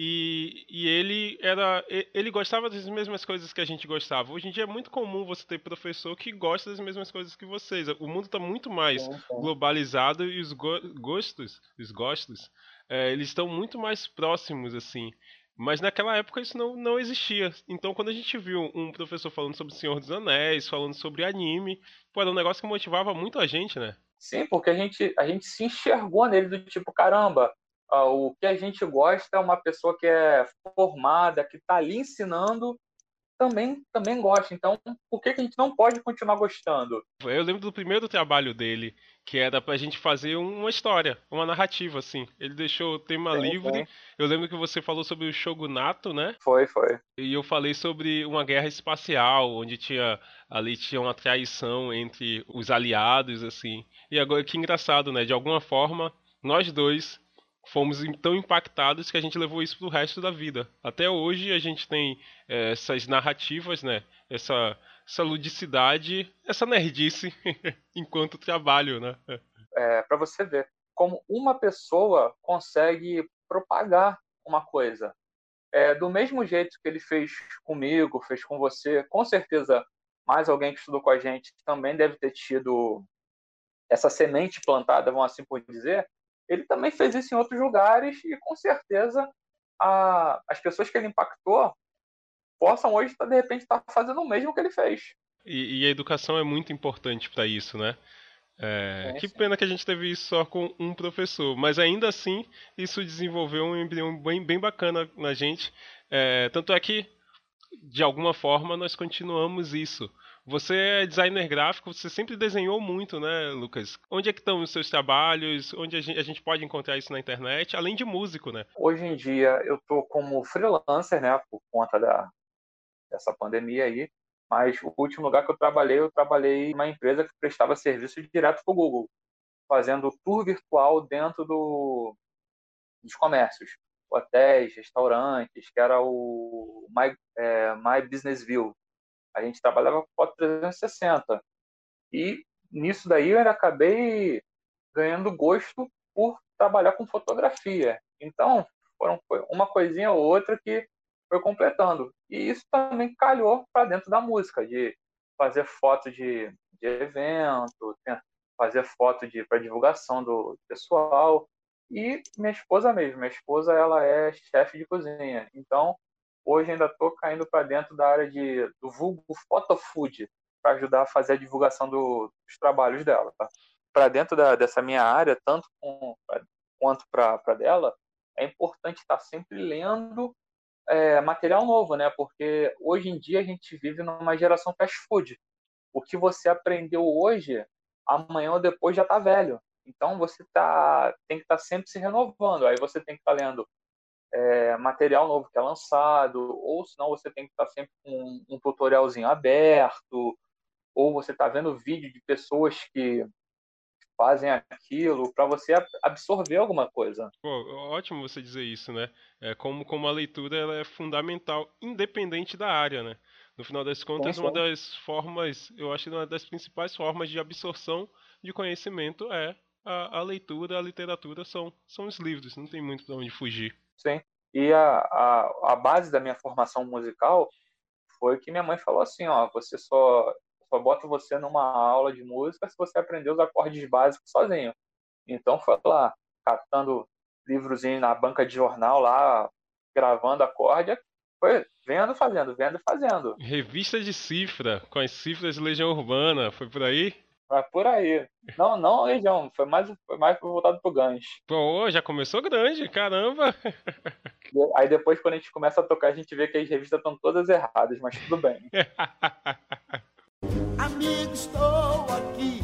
E ele gostava das mesmas coisas que a gente gostava. Hoje em dia é muito comum você ter professor que gosta das mesmas coisas que vocês. O mundo está muito mais Sim, sim. globalizado e os gostos, eles estão muito mais próximos assim. Mas naquela época isso não existia. Então quando a gente viu um professor falando sobre o Senhor dos Anéis, falando sobre anime, pô, era um negócio que motivava muito a gente, né? Sim, porque a gente se enxergou nele do tipo, caramba, o que a gente gosta é uma pessoa que é formada, que está ali ensinando, também gosta. Então, por que a gente não pode continuar gostando? Eu lembro do primeiro trabalho dele, que era pra gente fazer uma história, uma narrativa, assim. Ele deixou o tema Sim, livre. sim. Eu lembro que você falou sobre o Shogunato, né? Foi. E eu falei sobre uma guerra espacial, onde ali tinha uma traição entre os aliados, assim. E agora que engraçado, né? De alguma forma, nós dois fomos tão impactados que a gente levou isso pro resto da vida. Até hoje a gente tem essas narrativas, né? Essa ludicidade, essa nerdice enquanto trabalho, né? Para você ver como uma pessoa consegue propagar uma coisa. Do mesmo jeito que ele fez comigo, fez com você, com certeza mais alguém que estudou com a gente também deve ter tido essa semente plantada, vamos assim por dizer. Ele também fez isso em outros lugares e com certeza as pessoas que ele impactou possam hoje, de repente, estar fazendo o mesmo que ele fez. E a educação é muito importante para isso, né? Sim, Que sim. pena que a gente teve isso só com um professor, mas ainda assim isso desenvolveu um embrião bem bacana na gente. Tanto é que, de alguma forma, nós continuamos isso. Você é designer gráfico, você sempre desenhou muito, né, Lucas? Onde é que estão os seus trabalhos? Onde a gente pode encontrar isso na internet? Além de músico, né? Hoje em dia eu estou como freelancer, né, por conta dessa pandemia aí, mas o último lugar que eu trabalhei em uma empresa que prestava serviço direto para o Google, fazendo tour virtual dentro dos comércios, hotéis, restaurantes, que era o My Business View. A gente trabalhava com foto 360. E nisso daí eu ainda acabei ganhando gosto por trabalhar com fotografia. Então, foi uma coisinha ou outra que foi completando. E isso também calhou para dentro da música, de fazer foto de evento, fazer foto para divulgação do pessoal. E minha esposa mesmo. Minha esposa, ela é chefe de cozinha. Então, hoje ainda estou caindo para dentro da área do vulgo photofood, para ajudar a fazer a divulgação dos trabalhos dela. Tá? Para dentro dessa minha área, tanto quanto para dela, é importante estar sempre lendo material novo, né? Porque hoje em dia a gente vive numa geração fast food. O que você aprendeu hoje, amanhã ou depois já está velho. Então você tem que estar sempre se renovando. Aí você tem que estar lendo material novo que é lançado, ou senão você tem que estar sempre com um tutorialzinho aberto, ou você está vendo vídeo de pessoas que fazem aquilo para você absorver alguma coisa. Pô, ótimo você dizer isso, né? Como a leitura ela é fundamental, independente da área, né? No final das contas, Sim, uma sim. das formas, eu acho que uma das principais formas de absorção de conhecimento é a leitura, a literatura, são os livros, não tem muito pra onde fugir. Sim. E a base da minha formação musical foi que minha mãe falou assim, ó, você só bota você numa aula de música se você aprender os acordes básicos sozinho. Então foi lá, catando livrozinho na banca de jornal lá, gravando acorde, foi vendo e fazendo. Revista de cifra, com as cifras de Legião Urbana, foi por aí? Mas por aí. Não, não, Legião, foi mais voltado pro gancho. Pô, já começou grande, caramba! Aí depois, quando a gente começa a tocar, a gente vê que as revistas estão todas erradas, mas tudo bem. Amigo, estou aqui.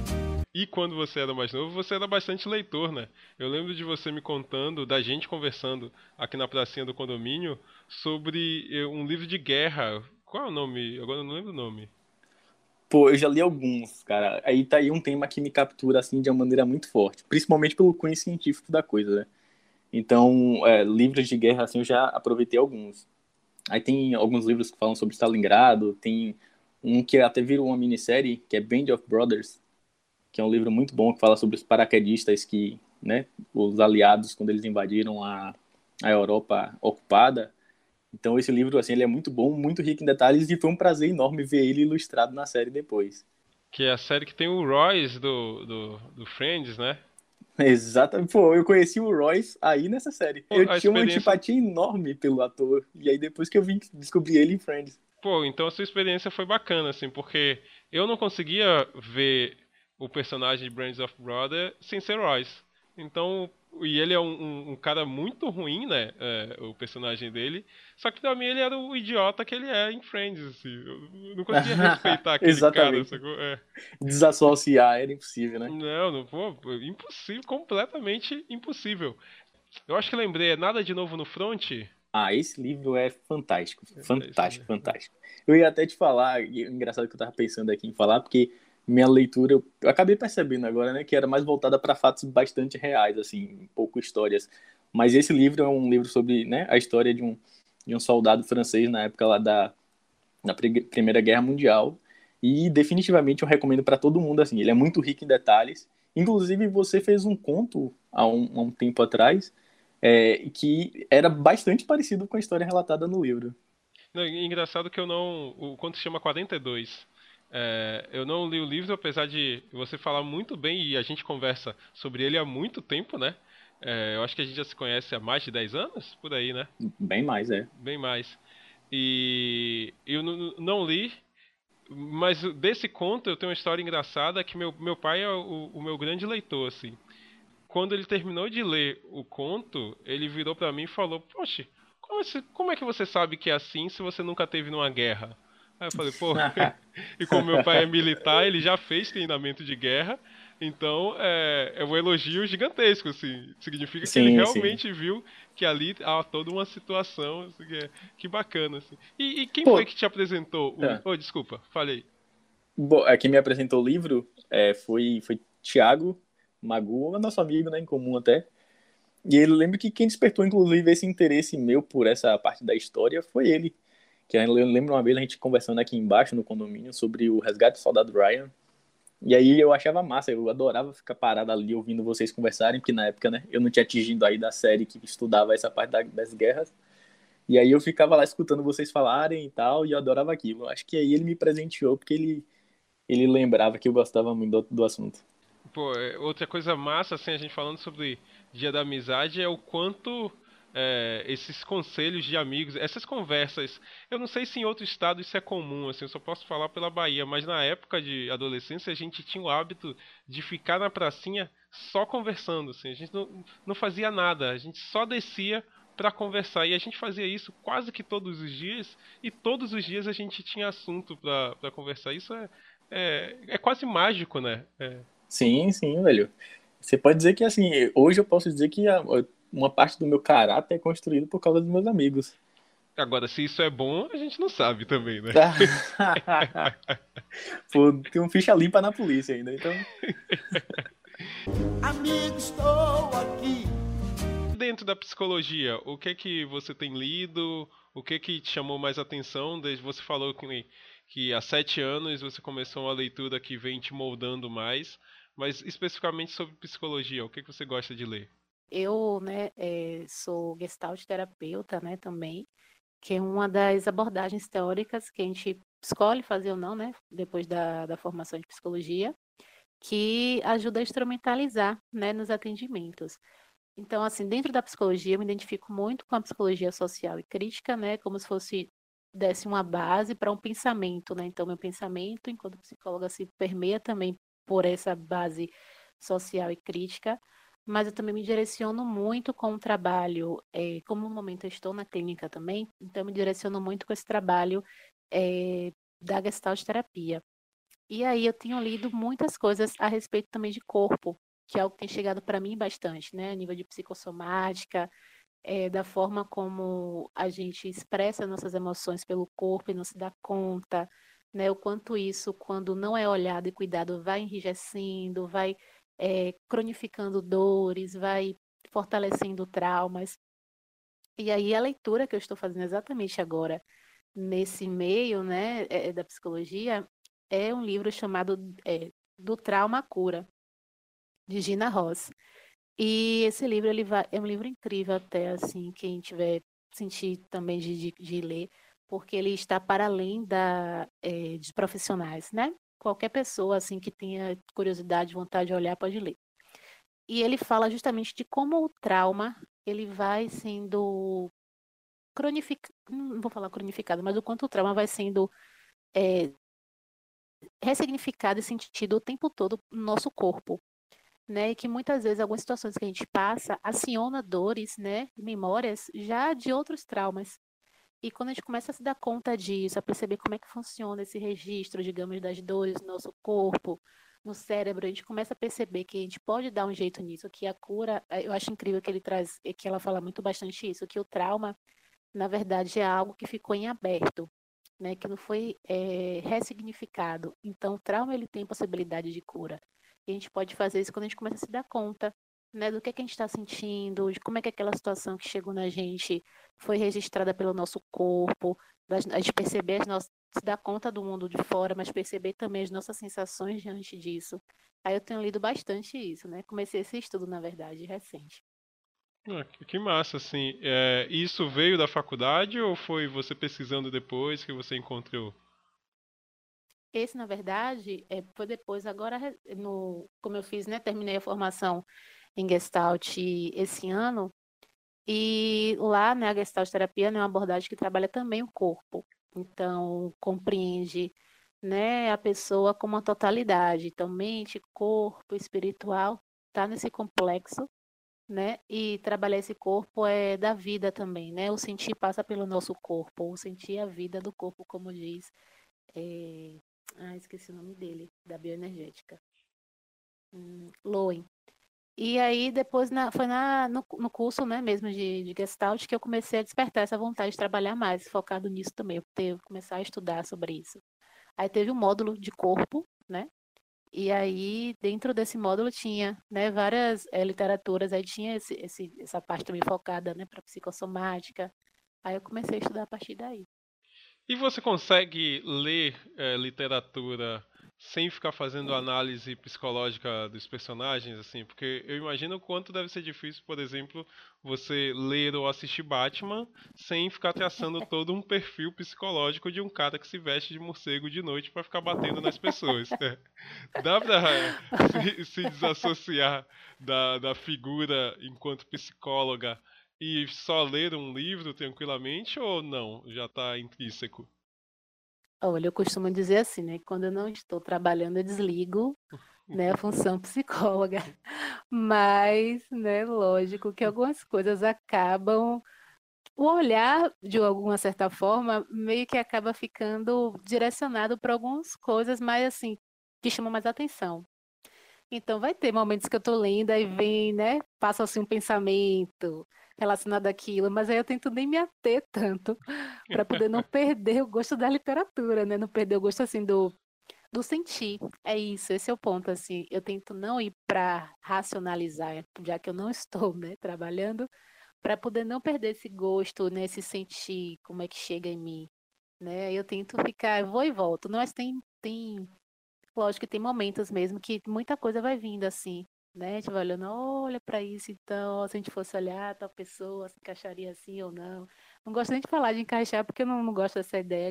E quando você era mais novo, você era bastante leitor, né? Eu lembro de você me contando, da gente conversando aqui na pracinha do condomínio, sobre um livro de guerra. Qual é o nome? Agora eu não lembro o nome. Pô, eu já li alguns, cara. Aí tá aí um tema que me captura, assim, de uma maneira muito forte. Principalmente pelo cunho científico da coisa, né? Então, livros de guerra, assim, eu já aproveitei alguns. Aí tem alguns livros que falam sobre Stalingrado, tem um que até virou uma minissérie, que é Band of Brothers, que é um livro muito bom, que fala sobre os paraquedistas que, né, os aliados, quando eles invadiram a Europa ocupada. Então esse livro, assim, ele é muito bom, muito rico em detalhes, e foi um prazer enorme ver ele ilustrado na série depois. Que é a série que tem o Royce do Friends, né? Exatamente. Pô, eu conheci o Royce aí nessa série. Pô, Eu a tinha uma experiência. antipatia enorme pelo ator, e aí depois que eu vim descobri ele em Friends. Pô, então a sua experiência foi bacana, assim, porque eu não conseguia ver o personagem de Brands of Brother sem ser Royce. Então, e ele é um cara muito ruim, né? O personagem dele. Só que pra mim ele era o idiota que ele é em Friends, assim. Eu não conseguia respeitar aquele cara, Exatamente. sacou? É. Desassociar era impossível, né? Não, pô, impossível, completamente impossível. Eu acho que lembrei, é Nada de Novo no Front? Ah, esse livro é fantástico. É isso Fantástico, mesmo. fantástico. Eu ia até te falar, e é engraçado que eu tava pensando aqui em falar, porque minha leitura, eu acabei percebendo agora, né, que era mais voltada para fatos bastante reais, assim, um pouco histórias. Mas esse livro é um livro sobre, né, a história de um soldado francês na época lá da Primeira Guerra Mundial. E definitivamente eu recomendo para todo mundo, assim, ele é muito rico em detalhes. Inclusive, você fez um conto há um tempo atrás, que era bastante parecido com a história relatada no livro. Não, engraçado que eu não. O conto se chama 42. Eu não li o livro, apesar de você falar muito bem e a gente conversa sobre ele há muito tempo, né? Eu acho que a gente já se conhece há mais de 10 anos, por aí, né? Bem mais, é. Bem mais. E eu não li, mas desse conto eu tenho uma história engraçada que meu pai é o meu grande leitor, assim. Quando ele terminou de ler o conto, ele virou pra mim e falou: Poxa, como é que você sabe que é assim se você nunca teve numa guerra? Aí eu falei: Pô, e como meu pai é militar, ele já fez treinamento de guerra, então é um elogio gigantesco, assim. Significa que ele Sim, sim. realmente viu que ali há toda uma situação, assim, que bacana, assim. E quem foi Pô, que te apresentou o. tá. Oh, desculpa, falei. Bom, quem me apresentou o livro foi Thiago Magu, nosso amigo, né, em comum até. E ele lembra que quem despertou, inclusive, esse interesse meu por essa parte da história foi ele. Que eu lembro uma vez a gente conversando aqui embaixo no condomínio sobre o Resgate do Soldado Ryan. E aí eu achava massa, eu adorava ficar parado ali ouvindo vocês conversarem, porque na época, né, eu não tinha atingido aí da série que estudava essa parte das guerras. E aí eu ficava lá escutando vocês falarem e tal, e eu adorava aquilo. Acho que aí ele me presenteou, porque ele lembrava que eu gostava muito do assunto. Pô, outra coisa massa, assim, a gente falando sobre Dia da Amizade, é o quanto esses conselhos de amigos, essas conversas, eu não sei se em outro estado isso é comum, assim, eu só posso falar pela Bahia, mas na época de adolescência a gente tinha o hábito de ficar na pracinha só conversando, assim, a gente não fazia nada, a gente só descia pra conversar, e a gente fazia isso quase que todos os dias, e todos os dias a gente tinha assunto pra conversar, isso é quase mágico, né? Sim, sim, velho. Você pode dizer que, assim, hoje eu posso dizer que uma parte do meu caráter é construído por causa dos meus amigos. Agora, se isso é bom, a gente não sabe também, né? Pô, tem um ficha limpa na polícia ainda, então... Amigo, estou aqui. Dentro da psicologia, o que é que você tem lido? O que te chamou mais atenção? Desde você falou que há 7 anos você começou uma leitura que vem te moldando mais, mas especificamente sobre psicologia, o que você gosta de ler? Eu, né, sou gestalt terapeuta, né, também, que é uma das abordagens teóricas que a gente escolhe fazer ou não, né, depois da formação de psicologia, que ajuda a instrumentalizar, né, nos atendimentos. Então, assim, dentro da psicologia, eu me identifico muito com a psicologia social e crítica, né, como se fosse desse uma base para um pensamento, né? Então, meu pensamento, enquanto psicóloga, se permeia também por essa base social e crítica, mas eu também me direciono muito com o trabalho, como no momento eu estou na clínica também, então eu me direciono muito com esse trabalho da Gestalt terapia. E aí eu tenho lido muitas coisas a respeito também de corpo, que é algo que tem chegado para mim bastante, né? A nível de psicossomática, da forma como a gente expressa nossas emoções pelo corpo e não se dá conta, né? O quanto isso, quando não é olhado e cuidado, vai enrijecendo, vai cronificando dores, vai fortalecendo traumas. E aí a leitura que eu estou fazendo exatamente agora, nesse meio, né, da psicologia, é um livro chamado Do Trauma à Cura, de Gina Ross. E esse livro é um livro incrível até, assim, quem tiver sentir também de ler, porque ele está para além de profissionais, né? Qualquer pessoa, assim, que tenha curiosidade, vontade de olhar, pode ler. E ele fala justamente de como o trauma, ele vai sendo cronificado, não vou falar cronificado, mas o quanto o trauma vai sendo ressignificado e sentido o tempo todo no nosso corpo, né? E que muitas vezes algumas situações que a gente passa aciona dores, né? Memórias já de outros traumas. E quando a gente começa a se dar conta disso, a perceber como é que funciona esse registro, digamos, das dores no nosso corpo, no cérebro, a gente começa a perceber que a gente pode dar um jeito nisso, que a cura, eu acho incrível que ele traz, que ela fala muito bastante isso, que o trauma, na verdade, é algo que ficou em aberto, né? Que não foi ressignificado. Então, o trauma ele tem possibilidade de cura. E a gente pode fazer isso quando a gente começa a se dar conta, né, do que a gente está sentindo, de como é que aquela situação que chegou na gente foi registrada pelo nosso corpo, a gente perceber se dar conta do mundo de fora, mas perceber também as nossas sensações diante disso. Aí eu tenho lido bastante isso, né? Comecei esse estudo, na verdade, recente. Ah, que massa, assim. Isso veio da faculdade ou foi você pesquisando depois que você encontrou? Esse, na verdade, foi depois, agora, como eu fiz, né? Terminei a formação em Gestalt esse ano, e lá, né, a Gestalt terapia, né, é uma abordagem que trabalha também o corpo. Então, compreende, né, a pessoa como uma totalidade. Então, mente, corpo, espiritual, tá nesse complexo, né? E trabalhar esse corpo é da vida também, né? O sentir passa pelo nosso corpo, o sentir a vida do corpo, como diz. é, esqueci o nome dele, da bioenergética. Lowen. E aí, depois, foi no curso, né, mesmo de Gestalt, que eu comecei a despertar essa vontade de trabalhar mais, focado nisso também, começar a estudar sobre isso. Aí teve um módulo de corpo, né, e aí dentro desse módulo tinha, né, várias literaturas, aí tinha essa parte também focada, né, para psicossomática. Aí eu comecei a estudar a partir daí. E você consegue ler literatura sem ficar fazendo análise psicológica dos personagens, assim? Porque eu imagino o quanto deve ser difícil, por exemplo, você ler ou assistir Batman sem ficar traçando todo um perfil psicológico de um cara que se veste de morcego de noite para ficar batendo nas pessoas. Dá pra se desassociar da figura enquanto psicóloga e só ler um livro tranquilamente ou não? Já está intrínseco? Olha, eu costumo dizer assim, né, que quando eu não estou trabalhando, eu desligo, né, a função psicóloga. Mas, né, lógico que algumas coisas acabam, o olhar, de alguma certa forma, meio que acaba ficando direcionado para algumas coisas mais assim, que chamam mais atenção. Então vai ter momentos que eu tô lendo e vem, né, passa assim um pensamento relacionado àquilo, mas aí eu tento nem me ater tanto para poder não perder o gosto da literatura, né? Não perder o gosto assim do sentir. É isso, esse é o ponto, assim. Eu tento não ir para racionalizar, já que eu não estou, né, trabalhando, para poder não perder esse gosto, né, esse sentir como é que chega em mim, né? Eu tento ficar, eu vou e volto. Mas lógico que tem momentos mesmo que muita coisa vai vindo assim, né? A gente vai olhando, olha para isso, então, se a gente fosse olhar tal pessoa, se encaixaria assim ou não. Não gosto nem de falar de encaixar, porque eu não gosto dessa ideia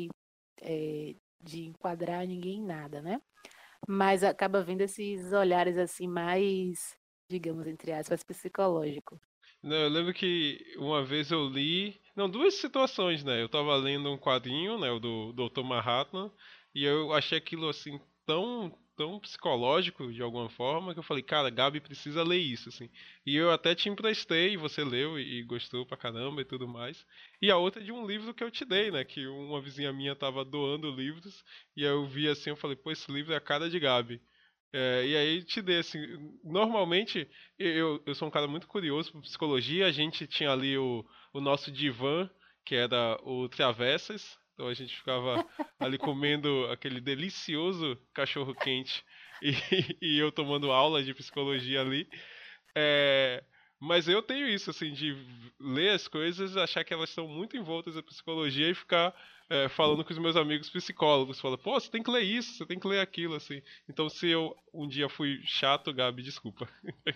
de enquadrar ninguém em nada, né? Mas acaba vindo esses olhares assim mais, digamos, entre aspas, psicológico. Não, eu lembro que uma vez eu li. Não, duas situações, né? Eu tava lendo um quadrinho, né? O do Dr. Manhattan. E eu achei aquilo assim tão psicológico de alguma forma que eu falei, cara, Gabi precisa ler isso, assim. E eu até te emprestei, você leu e gostou pra caramba e tudo mais. E a outra é de um livro que eu te dei, né? Que uma vizinha minha tava doando livros. E aí eu vi assim, eu falei, pô, esse livro é a cara de Gabi. E aí te dei assim, normalmente eu sou um cara muito curioso por psicologia, a gente tinha ali o nosso divã, que era o Travessas, então a gente ficava ali comendo aquele delicioso cachorro quente e, e eu tomando aula de psicologia ali. É, mas eu tenho isso, assim, de ler as coisas, achar que elas estão muito envoltas à psicologia e ficar falando com os meus amigos psicólogos. Fala, pô, você tem que ler isso, você tem que ler aquilo, assim. Então, se eu um dia fui chato, Gabi, desculpa.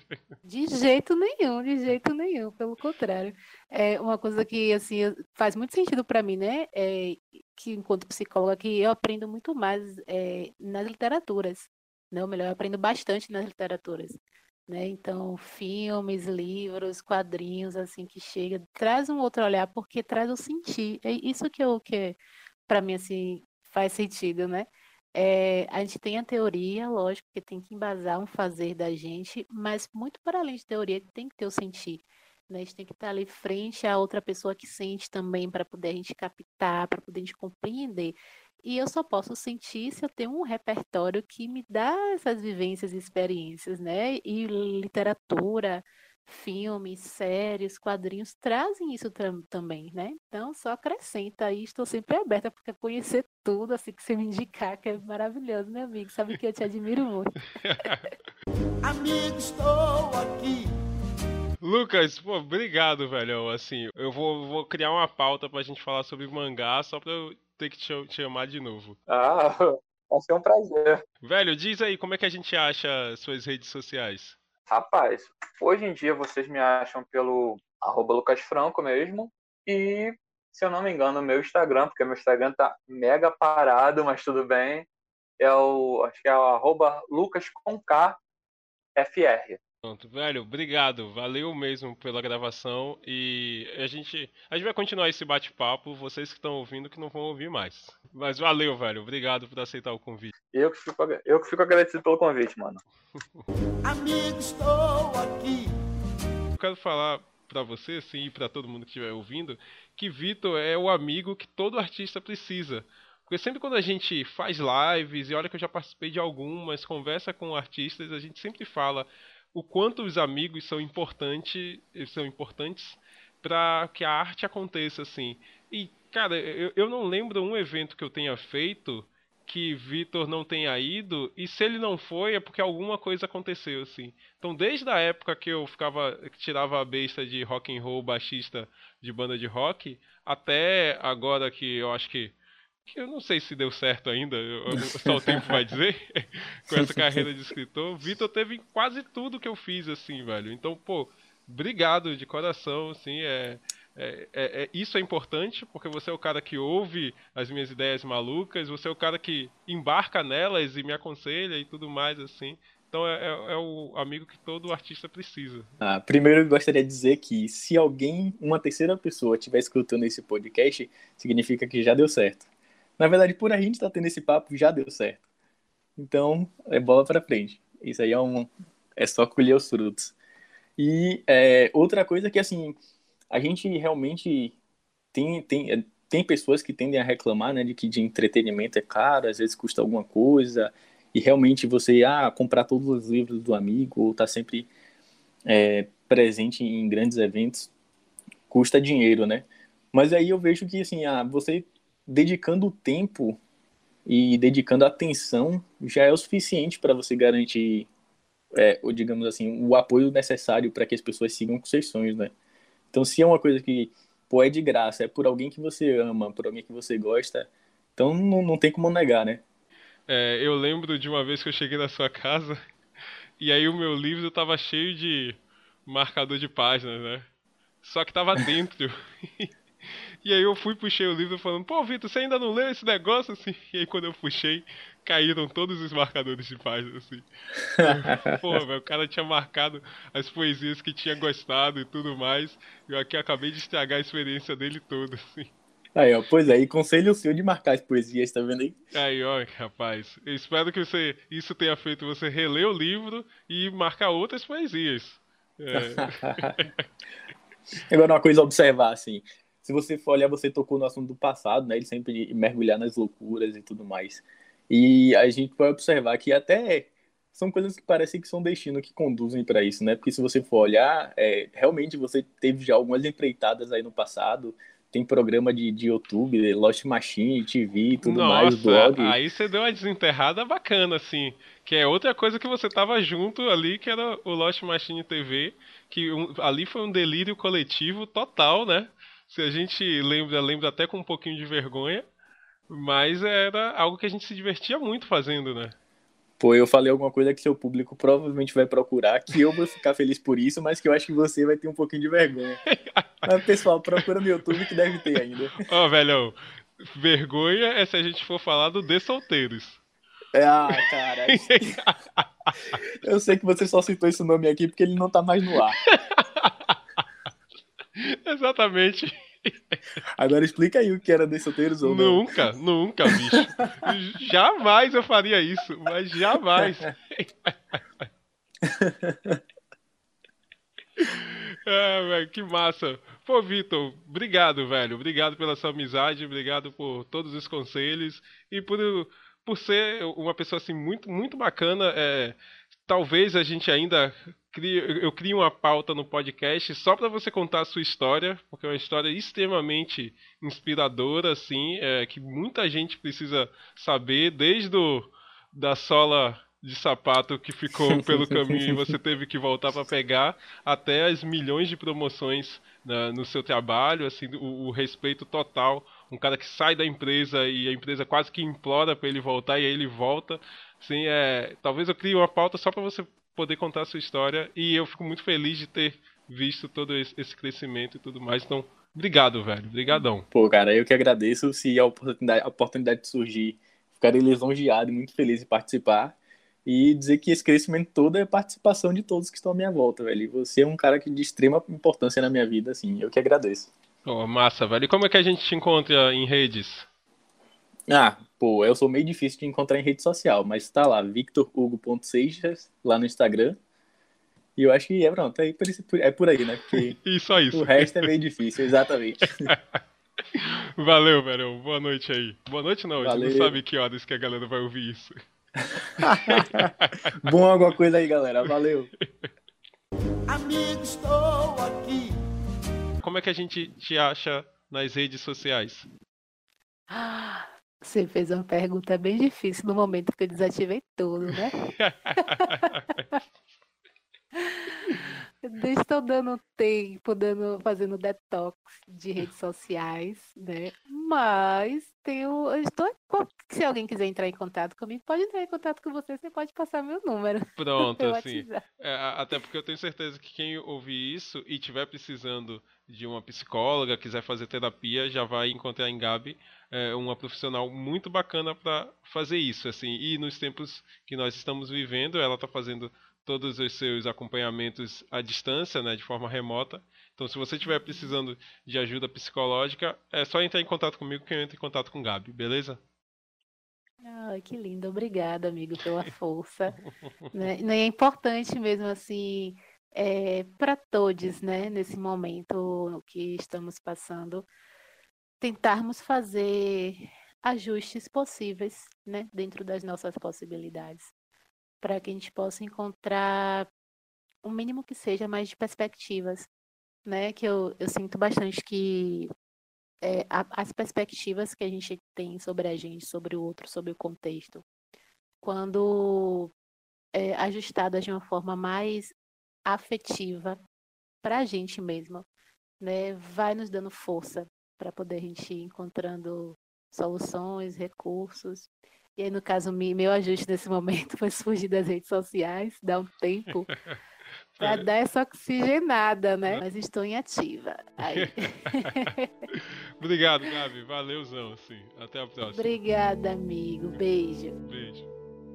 De jeito nenhum, pelo contrário. É uma coisa que assim faz muito sentido para mim, né? Que enquanto psicóloga que eu aprendo muito mais nas literaturas, né? Ou melhor, eu aprendo bastante nas literaturas, né? Então, filmes, livros, quadrinhos, assim que chega, traz um outro olhar porque traz o sentir. É isso que para mim assim faz sentido, né? A gente tem a teoria, lógico, que tem que embasar um fazer da gente, mas muito para além de teoria, tem que ter o sentir, né? A gente tem que estar ali frente a outra pessoa que sente também, para poder a gente captar, para poder a gente compreender. E eu só posso sentir se eu tenho um repertório que me dá essas vivências e experiências, né? E literatura, filmes, séries, quadrinhos trazem isso também, né? Então, só acrescenta aí, estou sempre aberta para conhecer tudo, assim que você me indicar, que é maravilhoso, meu amigo. Sabe que eu te admiro muito. Amigo, estou aqui. Lucas, pô, obrigado, velho. Assim, eu vou criar uma pauta pra gente falar sobre mangá, só pra eu ter que te chamar de novo. Ah, vai ser um prazer. Velho, diz aí, como é que a gente acha suas redes sociais? Rapaz, hoje em dia vocês me acham pelo @lucasfranco mesmo. E, se eu não me engano, o meu Instagram, porque meu Instagram tá mega parado, mas tudo bem. Acho que é o @lucas_com_k_fr. Pronto, velho, obrigado, valeu mesmo pela gravação e a gente vai continuar esse bate-papo, vocês que estão ouvindo que não vão ouvir mais. Mas valeu, velho, obrigado por aceitar o convite. Eu que fico agradecido pelo convite, mano. Amigo, estou aqui. Eu quero falar pra você, assim, e pra todo mundo que estiver ouvindo, que Vitor é o amigo que todo artista precisa. Porque sempre quando a gente faz lives, e olha que eu já participei de algumas, conversa com artistas, a gente sempre fala o quanto os amigos são importantes para que a arte aconteça, assim. E, cara, eu não lembro um evento que eu tenha feito que Vitor não tenha ido, e se ele não foi, é porque alguma coisa aconteceu, assim. Então, desde a época que que tirava a besta de rock and roll, baixista de banda de rock, até agora que eu acho que eu não sei se deu certo ainda, só o tempo vai dizer, com essa carreira de escritor, Vitor teve em quase tudo que eu fiz, assim, velho. Então, pô, obrigado de coração, assim, isso é importante, porque você é o cara que ouve as minhas ideias malucas, você é o cara que embarca nelas e me aconselha e tudo mais, assim. Então é o amigo que todo artista precisa. Primeiro eu gostaria de dizer que se uma terceira pessoa estiver escutando esse podcast, significa que já deu certo. Na verdade, por a gente estar tendo esse papo, já deu certo. Então, é bola pra frente. Isso aí é só colher os frutos. E outra coisa que, assim, a gente realmente tem pessoas que tendem a reclamar, né, de que de entretenimento é caro, às vezes custa alguma coisa, e realmente você, comprar todos os livros do amigo, ou tá sempre presente em grandes eventos, custa dinheiro, né? Mas aí eu vejo que, assim, você dedicando tempo e dedicando atenção já é o suficiente para você garantir, ou digamos assim, o apoio necessário para que as pessoas sigam com seus sonhos, né? Então, se é uma coisa que, pô, é de graça, é por alguém que você ama, por alguém que você gosta, então não tem como negar, né? Eu lembro de uma vez que eu cheguei na sua casa e aí o meu livro tava cheio de marcador de páginas, né? Só que tava dentro. E aí eu fui, puxei o livro falando, pô, Vitor, você ainda não leu esse negócio, assim? E aí quando eu puxei, caíram todos os marcadores de página, assim. Pô, velho, o cara tinha marcado as poesias que tinha gostado e tudo mais. E eu aqui acabei de estragar a experiência dele toda, assim. Aí, ó, pois é, e conselho seu de marcar as poesias, tá vendo aí? Aí, ó, rapaz, eu espero que isso tenha feito você reler o livro e marcar outras poesias. É. Agora, uma coisa a observar, assim, se você for olhar, você tocou no assunto do passado, né? Ele sempre mergulhar nas loucuras e tudo mais. E a gente vai observar que até são coisas que parecem que são destino que conduzem para isso, né? Porque se você for olhar, realmente você teve já algumas empreitadas aí no passado, tem programa de YouTube, Lost Machine, TV e tudo mais, Nossa, blog. aí você deu uma desenterrada bacana, assim. Que é outra coisa que você tava junto ali, que era o Lost Machine TV, que ali foi um delírio coletivo total, né? Se a gente lembra até com um pouquinho de vergonha, mas era algo que a gente se divertia muito fazendo, né? Pô, eu falei alguma coisa que seu público provavelmente vai procurar, que eu vou ficar feliz por isso, mas que eu acho que você vai ter um pouquinho de vergonha. Mas, pessoal, procura no YouTube que deve ter ainda. Ó, velhão, vergonha é se a gente for falar do De Solteiros. Ah, cara, eu sei que você só citou esse nome aqui porque ele não tá mais no ar. Exatamente. Agora explica aí o que era de solteiros ou não. Nunca, nunca, bicho. Jamais eu faria isso, mas jamais. Ah, velho, que massa. Pô, Vitor, obrigado, velho. Obrigado pela sua amizade, obrigado por todos os conselhos e por ser uma pessoa assim muito, muito bacana. Talvez a gente ainda eu crie uma pauta no podcast só para você contar a sua história, porque é uma história extremamente inspiradora, assim, que muita gente precisa saber, da sola de sapato que ficou pelo caminho e você teve que voltar para pegar, até as milhões de promoções no seu trabalho, assim, o respeito total. Um cara que sai da empresa e a empresa quase que implora para ele voltar e aí ele volta. Assim, talvez eu crie uma pauta só para você poder contar a sua história e eu fico muito feliz de ter visto todo esse crescimento e tudo mais. Então, obrigado, velho. Obrigadão. Pô, cara, eu que agradeço. Se a oportunidade surgir, ficarei lisonjeado e muito feliz em participar. E dizer que esse crescimento todo é participação de todos que estão à minha volta, velho. E você é um cara de extrema importância na minha vida, assim. Eu que agradeço. Oh, massa, velho. E como é que a gente te encontra em redes? Ah, pô, eu sou meio difícil de encontrar em rede social, mas tá lá, victorhugo.seixas, lá no Instagram. E eu acho que pronto, é por aí, né? Porque E só o isso. resto é meio difícil, exatamente. Valeu, velho. Boa noite aí. Boa noite não, a gente não Valeu. sabe que horas que a galera vai ouvir isso. Bom alguma coisa aí, galera. Valeu. Amigo, estou aqui. Como é que a gente te acha nas redes sociais? Ah, você fez uma pergunta bem difícil no momento que eu desativei tudo, né? Estou dando tempo, fazendo detox de redes sociais, né? Mas eu estou. Se alguém quiser entrar em contato comigo, pode entrar em contato com você pode passar meu número. Pronto, Meu assim. WhatsApp. Até porque eu tenho certeza que quem ouvir isso e tiver precisando de uma psicóloga, quiser fazer terapia, já vai encontrar em Gabi uma profissional muito bacana para fazer isso, assim. E nos tempos que nós estamos vivendo, ela está fazendo todos os seus acompanhamentos à distância, né, de forma remota. Então, se você estiver precisando de ajuda psicológica, é só entrar em contato comigo que eu entro em contato com Gabi, beleza? Ai, que lindo. Obrigada, amigo, pela força. Né? E é importante mesmo, assim, para todos, né, nesse momento que estamos passando, tentarmos fazer ajustes possíveis, né, dentro das nossas possibilidades, para que a gente possa encontrar o mínimo que seja mais de perspectivas, né, que eu sinto bastante que as perspectivas que a gente tem sobre a gente, sobre o outro, sobre o contexto, quando ajustadas de uma forma mais afetiva para a gente mesmo, né, vai nos dando força para poder a gente ir encontrando soluções, recursos. E aí, no caso, meu ajuste nesse momento foi fugir das redes sociais, dar um tempo para dar essa oxigenada, né? Mas estou em ativa. Aí. Obrigado, Gabi. Valeuzão, assim. Até a próxima. Obrigada, amigo. Beijo. Beijo.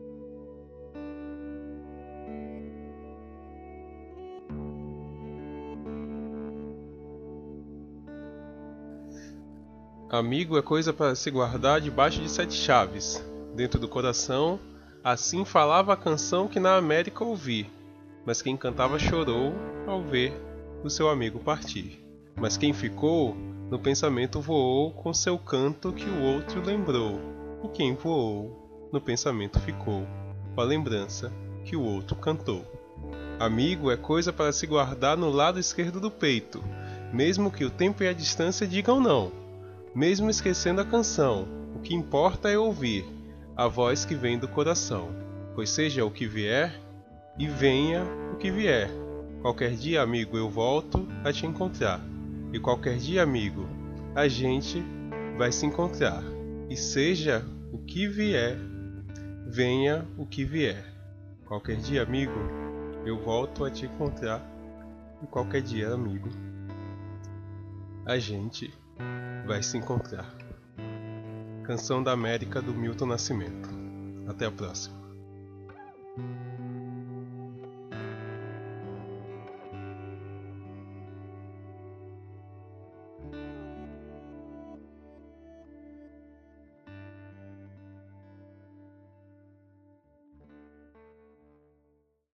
Amigo é coisa para se guardar debaixo de 7 chaves, dentro do coração. Assim falava a canção que na América ouvi. Mas quem cantava chorou ao ver o seu amigo partir. Mas quem ficou, no pensamento voou com seu canto que o outro lembrou. E quem voou, no pensamento ficou com a lembrança que o outro cantou. Amigo é coisa para se guardar no lado esquerdo do peito, mesmo que o tempo e a distância digam não. Mesmo esquecendo a canção, o que importa é ouvir a voz que vem do coração. Pois seja o que vier, e venha o que vier. Qualquer dia, amigo, eu volto a te encontrar. E qualquer dia, amigo, a gente vai se encontrar. E seja o que vier, venha o que vier. Qualquer dia, amigo, eu volto a te encontrar. E qualquer dia, amigo, a gente vai se encontrar. Canção da América, do Milton Nascimento. Até a próxima.